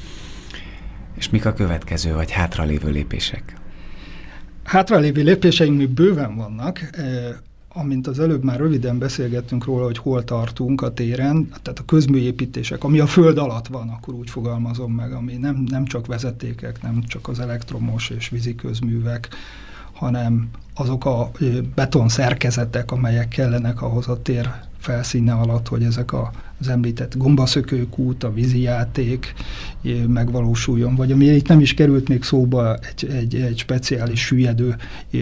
És mik a következő, vagy hátralévő lépések? Hátralévő lépéseink még bőven vannak. Eh, amint az előbb már röviden beszélgettünk róla, hogy hol tartunk a téren, tehát a közműépítések, ami a föld alatt van, akkor úgy fogalmazom meg, ami nem, nem csak vezetékek, nem csak az elektromos és vízi közművek, hanem azok a beton szerkezetek, amelyek kellenek ahhoz a tér felszíne alatt, hogy ezek a, az említett gombaszökőkút, a vízijáték megvalósuljon, vagy ami itt nem is került még szóba, egy, egy, egy speciális süllyedő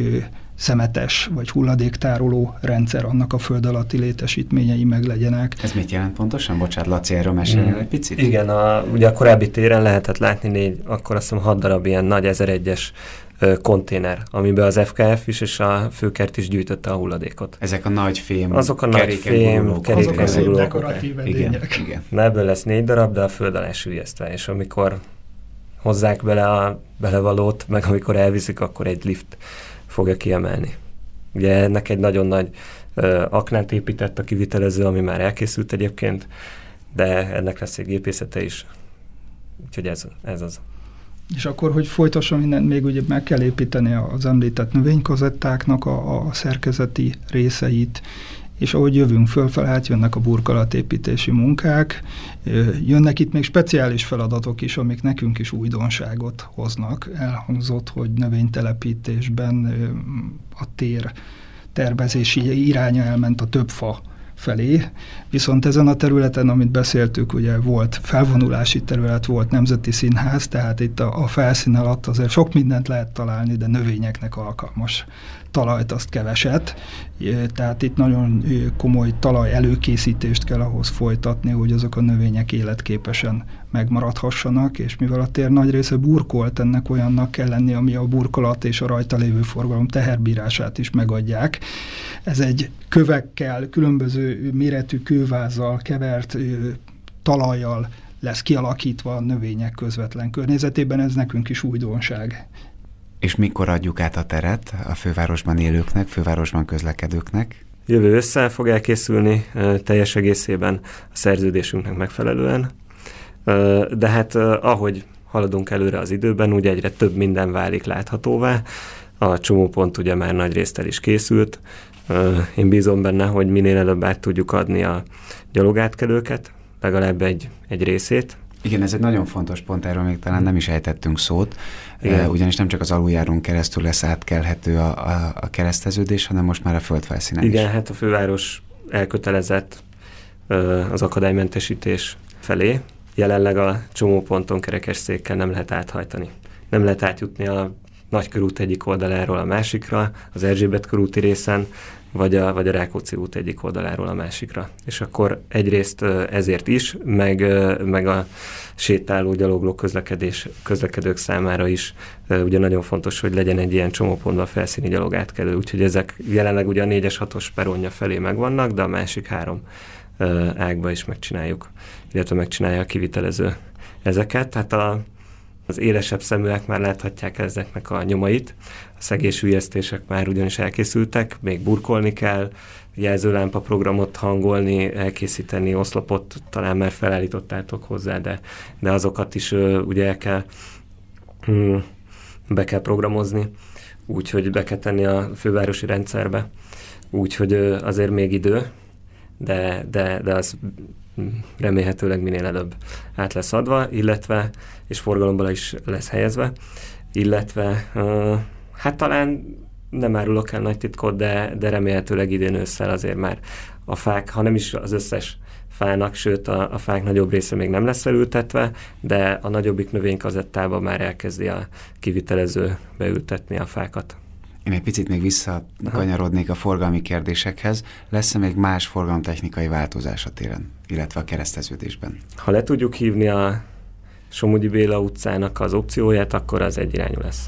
szemetes vagy hulladéktároló rendszer, annak a föld alatti létesítményei meg legyenek. Ez mit jelent pontosan? Bocsánat, Laci, erről mesélni mm. egy picit? Igen, a, ugye a korábbi téren lehetett látni négy, akkor azt hiszem hat darab ilyen nagy ezeregyes konténer, amiben az ef ká ef is és a főkert is gyűjtötte a hulladékot. Ezek a nagy fém, azok a nagy fém, keréken gurulók. Dekoratív edények. Igen, igen. Na ebből lesz négy darab, de a föld alá süllyesztve, és amikor hozzák bele a belevalót, meg amikor elviszik, akkor egy lift fogja kiemelni. Ugye ennek egy nagyon nagy uh, aknát épített a kivitelező, ami már elkészült egyébként, de ennek lesz egy gépészete is. Úgyhogy ez, ez az. És akkor, hogy folytassam mindent, még ugye meg kell építeni az említett növénykazettáknak a, a szerkezeti részeit, és ahogy jövünk fölfel, hát jönnek a burkolatépítési munkák, jönnek itt még speciális feladatok is, amik nekünk is újdonságot hoznak. Elhangzott, hogy növénytelepítésben a tér tervezési iránya elment a több fa felé, viszont ezen a területen, amit beszéltük, ugye volt felvonulási terület, volt nemzeti színház, tehát itt a, a felszín alatt azért sok mindent lehet találni, de növényeknek alkalmas talajt azt keveset, tehát itt nagyon komoly talaj előkészítést kell ahhoz folytatni, hogy azok a növények életképesen megmaradhassanak, és mivel a tér nagy része burkolt, ennek olyannak kell lenni, ami a burkolat és a rajta lévő forgalom teherbírását is megadják. Ez egy kövekkel, különböző méretű kővázzal kevert talajjal lesz kialakítva a növények közvetlen környezetében, ez nekünk is újdonság. És mikor adjuk át a teret a fővárosban élőknek, fővárosban közlekedőknek? Jövő össze fog elkészülni teljes egészében a szerződésünknek megfelelően, de hát ahogy haladunk előre az időben, ugye egyre több minden válik láthatóvá. A csomópont ugye már nagy részt el is készült. Én bízom benne, hogy minél előbb át tudjuk adni a gyalogátkelőket, legalább egy, egy részét. Igen, ez egy nagyon fontos pont, erről még talán nem is ejtettünk szót, igen. Ugyanis nem csak az aluljárón keresztül lesz átkelhető a, a, a kereszteződés, hanem most már a földfelszínen Igen, is. hát a főváros elkötelezett az akadálymentesítés felé. Jelenleg a csomóponton kerekesszékkel nem lehet áthajtani. Nem lehet átjutni a Nagykörút egyik oldaláról a másikra, az Erzsébet körúti részen, vagy a, vagy a Rákóczi út egyik oldaláról a másikra. És akkor egyrészt ezért is, meg, meg a sétáló, gyalogló közlekedés, közlekedők számára is ugye nagyon fontos, hogy legyen egy ilyen csomópontban felszíni gyalogátkelő. Úgyhogy ezek jelenleg ugye a négyes hatos peronja felé megvannak, de a másik három ágba is megcsináljuk, illetve megcsinálja a kivitelező ezeket. Tehát a Az élesebb szeműek már láthatják ezeknek a nyomait. A szegésülyeztések már ugyanis elkészültek, még burkolni kell, jelzőlámpa programot hangolni, elkészíteni, oszlopot talán már felállítottátok hozzá, de, de azokat is uh, ugye el kell, um, be kell programozni, úgyhogy be kell tenni a fővárosi rendszerbe. Úgyhogy uh, azért még idő, de, de, de az remélhetőleg minél előbb át lesz adva, illetve, és forgalomban is lesz helyezve, illetve uh, hát talán nem árulok el nagy titkot, de, de remélhetőleg idén ősszel azért már a fák, ha nem is az összes fának, sőt a, a fák nagyobb része még nem lesz elültetve, de a nagyobbik növénykazettában már elkezdi a kivitelező beültetni a fákat. Én egy picit még visszakanyarodnék a forgalmi kérdésekhez. Lesz-e még más forgalomtechnikai változás a téren, illetve a kereszteződésben? Ha le tudjuk hívni a Somogyi Béla utcának az opcióját, akkor az egyirányú lesz.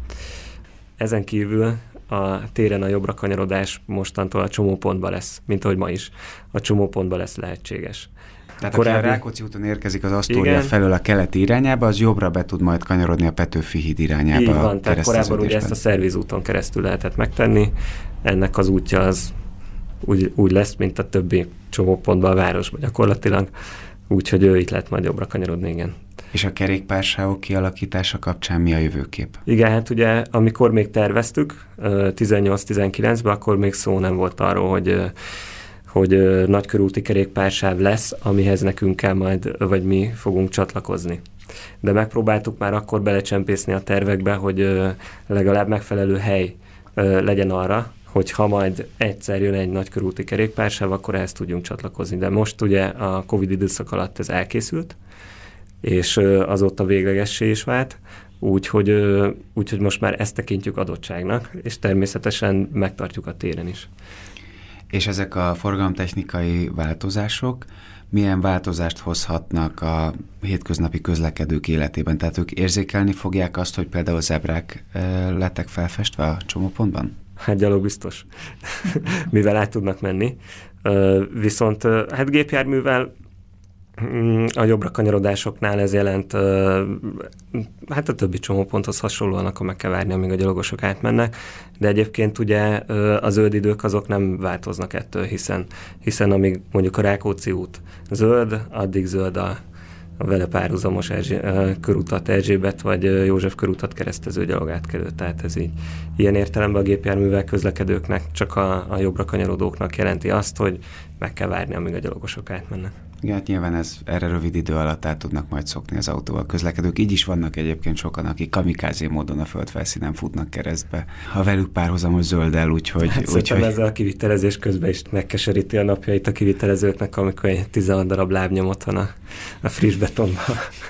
Ezen kívül a téren a jobbra kanyarodás mostantól a csomópontba lesz, mint ahogy ma is. A csomópontba lesz lehetséges. Tehát Korábbi... aki a Rákóczi úton érkezik az Asztória felől a keleti irányába, az jobbra be tud majd kanyarodni a Petőfi híd irányába. Így van, tehát korábban ugye ezt a szervizúton keresztül lehetett megtenni. Ennek az útja az úgy, úgy lesz, mint a többi csomópontban a városban gyakorlatilag. Úgyhogy ő itt lehet majd jobbra kanyarodni, igen. És a kerékpársávok kialakítása kapcsán mi a jövőkép? Igen, hát ugye amikor még terveztük, tizennyolc-tizenkilencben, akkor még szó nem volt arról, hogy hogy nagykörúti kerékpársáv lesz, amihez nekünk kell majd, vagy mi fogunk csatlakozni. De megpróbáltuk már akkor belecsempészni a tervekbe, hogy legalább megfelelő hely legyen arra, hogy ha majd egyszer jön egy nagykörúti kerékpársáv, akkor ehhez tudjunk csatlakozni. De most ugye a Covid időszak alatt ez elkészült, és azóta véglegessé is vált, úgyhogy, úgyhogy most már ezt tekintjük adottságnak, és természetesen megtartjuk a téren is. És ezek a forgalomtechnikai változások milyen változást hozhatnak a hétköznapi közlekedők életében? Tehát ők érzékelni fogják azt, hogy például zebrák lettek felfestve a csomópontban? Hát gyalog biztos, mivel át tudnak menni. Viszont hát gépjárművel a jobbra kanyarodásoknál ez jelent, hát a többi csomóponthoz hasonlóan, akkor meg kell várni, amíg a gyalogosok átmennek, de egyébként ugye a zöld idők azok nem változnak ettől, hiszen, hiszen amíg mondjuk a Rákóczi út zöld, addig zöld a, a vele párhuzamos Erzsé, körutat, Erzsébet vagy József körutat keresztező gyalogátkelő, tehát ez így ilyen értelemben a gépjárművel közlekedőknek, csak a, a jobbra kanyarodóknak jelenti azt, hogy meg kell várni, amíg a gyalogosok átmennek. Igen, hát nyilván ez, erre rövid idő alatt át tudnak majd szokni az autóval közlekedők. Így is vannak egyébként sokan, akik kamikázé módon a földfelszínen futnak keresztbe, ha velük párhuzamos zölddel, úgyhogy... Hát úgy, hogy... ezzel a kivitelezés közben is megkeseríti a napjait a kivitelezőknek, amikor egy tizenhat darab lábnyomot van a, a friss betonban.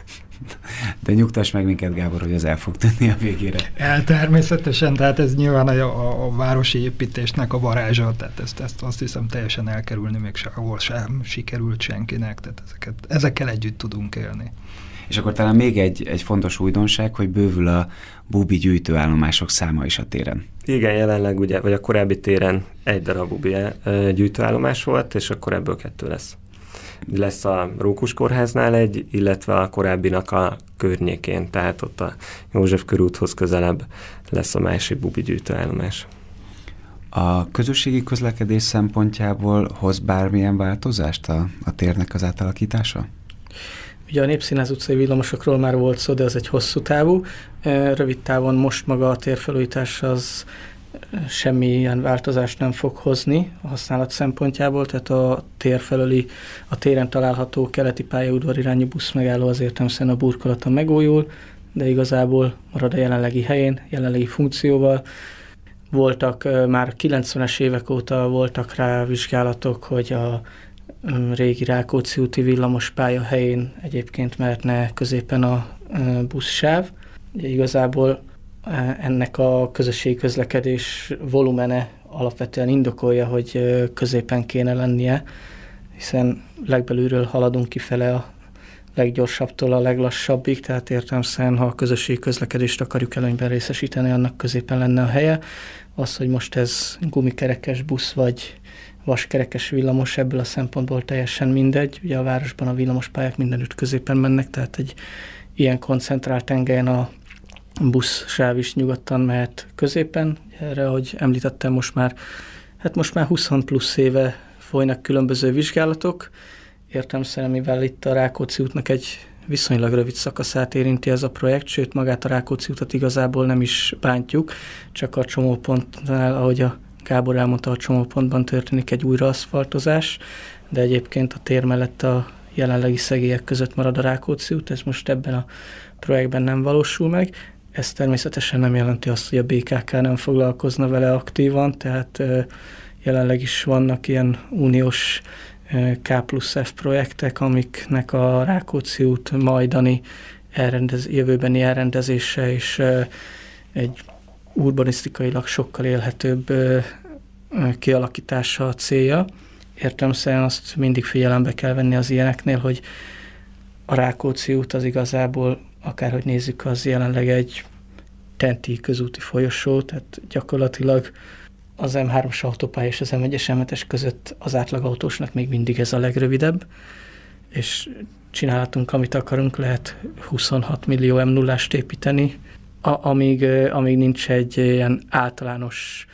De nyugtass meg minket, Gábor, hogy az el fog tűnni a végére. El természetesen, tehát ez nyilván a, a, a városi építésnek a varázsa, tehát ezt, ezt azt hiszem teljesen elkerülni még sehol sem sikerült senkinek, tehát ezeket, ezekkel együtt tudunk élni. És akkor talán még egy, egy fontos újdonság, hogy bővül a bubi gyűjtőállomások száma is a téren. Igen, jelenleg ugye, vagy a korábbi téren egy darab bubi gyűjtőállomás volt, és akkor ebből kettő lesz. Lesz a Rókus kórháznál egy, illetve a korábbinak a környékén, tehát ott a József körúthoz közelebb lesz a másik bubi gyűjtőállomás. A közösségi közlekedés szempontjából hoz bármilyen változást a, a térnek az átalakítása? Ugye a Népszínház utcai villamosokról már volt szó, de ez egy hosszú távú. Rövid távon most maga a térfelújítás az semmilyen változást nem fog hozni a használat szempontjából, tehát a tér felőli, a téren található keleti pályaudvar irányú buszmegálló az értelemszerűen a burkolata megújul, de igazából marad a jelenlegi helyén, jelenlegi funkcióval. Voltak már kilencvenes évek óta voltak rá vizsgálatok, hogy a régi Rákóczi úti villamos pálya helyén egyébként mehetne középen a buszsáv. Ugye igazából ennek a közösségi közlekedés volumene alapvetően indokolja, hogy középen kéne lennie, hiszen legbelülről haladunk kifele a leggyorsabbtól a leglassabbig, tehát értelemszerűen, ha a közösségi közlekedést akarjuk előnyben részesíteni, annak középen lenne a helye. Az, hogy most ez gumikerekes busz vagy vaskerekes villamos, ebből a szempontból teljesen mindegy. Ugye a városban a villamospályák mindenütt középen mennek, tehát egy ilyen koncentrált tengelyen a buszsáv is nyugodtan mehet középen. Erre, ahogy említettem, most már, hát most már húsz plusz éve folynak különböző vizsgálatok. Értelemszerűen, mivel itt a Rákóczi útnak egy viszonylag rövid szakaszát érinti ez a projekt, sőt magát a Rákóczi utat igazából nem is bántjuk, csak a csomópontnál, ahogy a Gábor elmondta, a csomópontban történik egy újraaszfaltozás, de egyébként a tér mellett a jelenlegi szegélyek között marad a Rákóczi út, ez most ebben a projektben nem valósul meg. Ez természetesen nem jelenti azt, hogy a bé ká ká nem foglalkozna vele aktívan, tehát jelenleg is vannak ilyen uniós K plusz F projektek, amiknek a Rákóczi út majdani elrendez, jövőbeni elrendezése és egy urbanisztikailag sokkal élhetőbb kialakítása a célja. Értelemszerűen azt mindig figyelembe kell venni az ilyeneknél, hogy a Rákóczi út az igazából, akárhogy nézzük, az jelenleg egy tenti közúti folyosó, tehát gyakorlatilag az em hármas autópálya és az em egyes em hetes között az átlagautósnak még mindig ez a legrövidebb, és csinálhatunk, amit akarunk, lehet huszonhat millió em nullást építeni, a, amíg, amíg nincs egy ilyen általános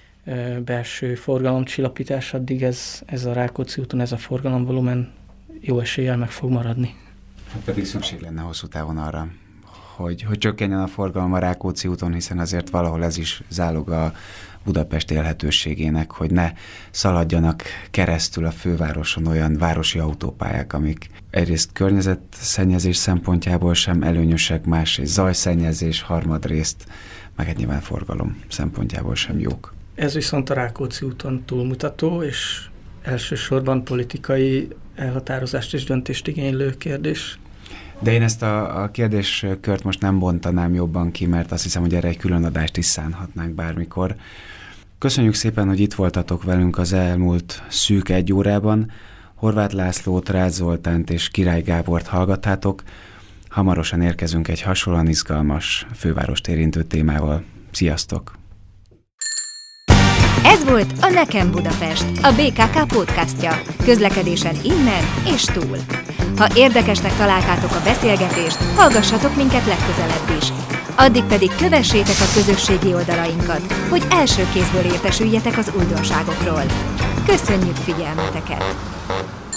belső forgalomcsillapítás, addig ez, ez a Rákóczi úton, ez a forgalomvolumen jó eséllyel meg fog maradni. Hát pedig szükség lenne hosszú távon arra, hogy, hogy csökkenjen a forgalom a Rákóczi úton, hiszen azért valahol ez is zálog a Budapest élhetőségének, hogy ne szaladjanak keresztül a fővároson olyan városi autópályák, amik egyrészt környezetszennyezés szempontjából sem előnyösek, másrészt zajszennyezés, harmadrészt, meg egy nyilván forgalom szempontjából sem jók. Ez viszont a Rákóczi úton túlmutató, és elsősorban politikai elhatározást és döntést igénylő kérdés. De én ezt a, a kérdéskört most nem bontanám jobban ki, mert azt hiszem, hogy erre egy külön adást is szánhatnánk bármikor. Köszönjük szépen, hogy itt voltatok velünk az elmúlt szűk egy órában. Horváth Lászlót, Rácz Zoltánt és Király Gábort hallgattátok. Hamarosan érkezünk egy hasonlóan izgalmas, fővárost érintő témával. Sziasztok! Ez volt a Nekem Budapest, a bé ká ká podcastja, közlekedésen innen és túl. Ha érdekesnek találtátok a beszélgetést, hallgassatok minket legközelebb is. Addig pedig kövessétek a közösségi oldalainkat, hogy első kézből értesüljetek az újdonságokról. Köszönjük figyelmeteket!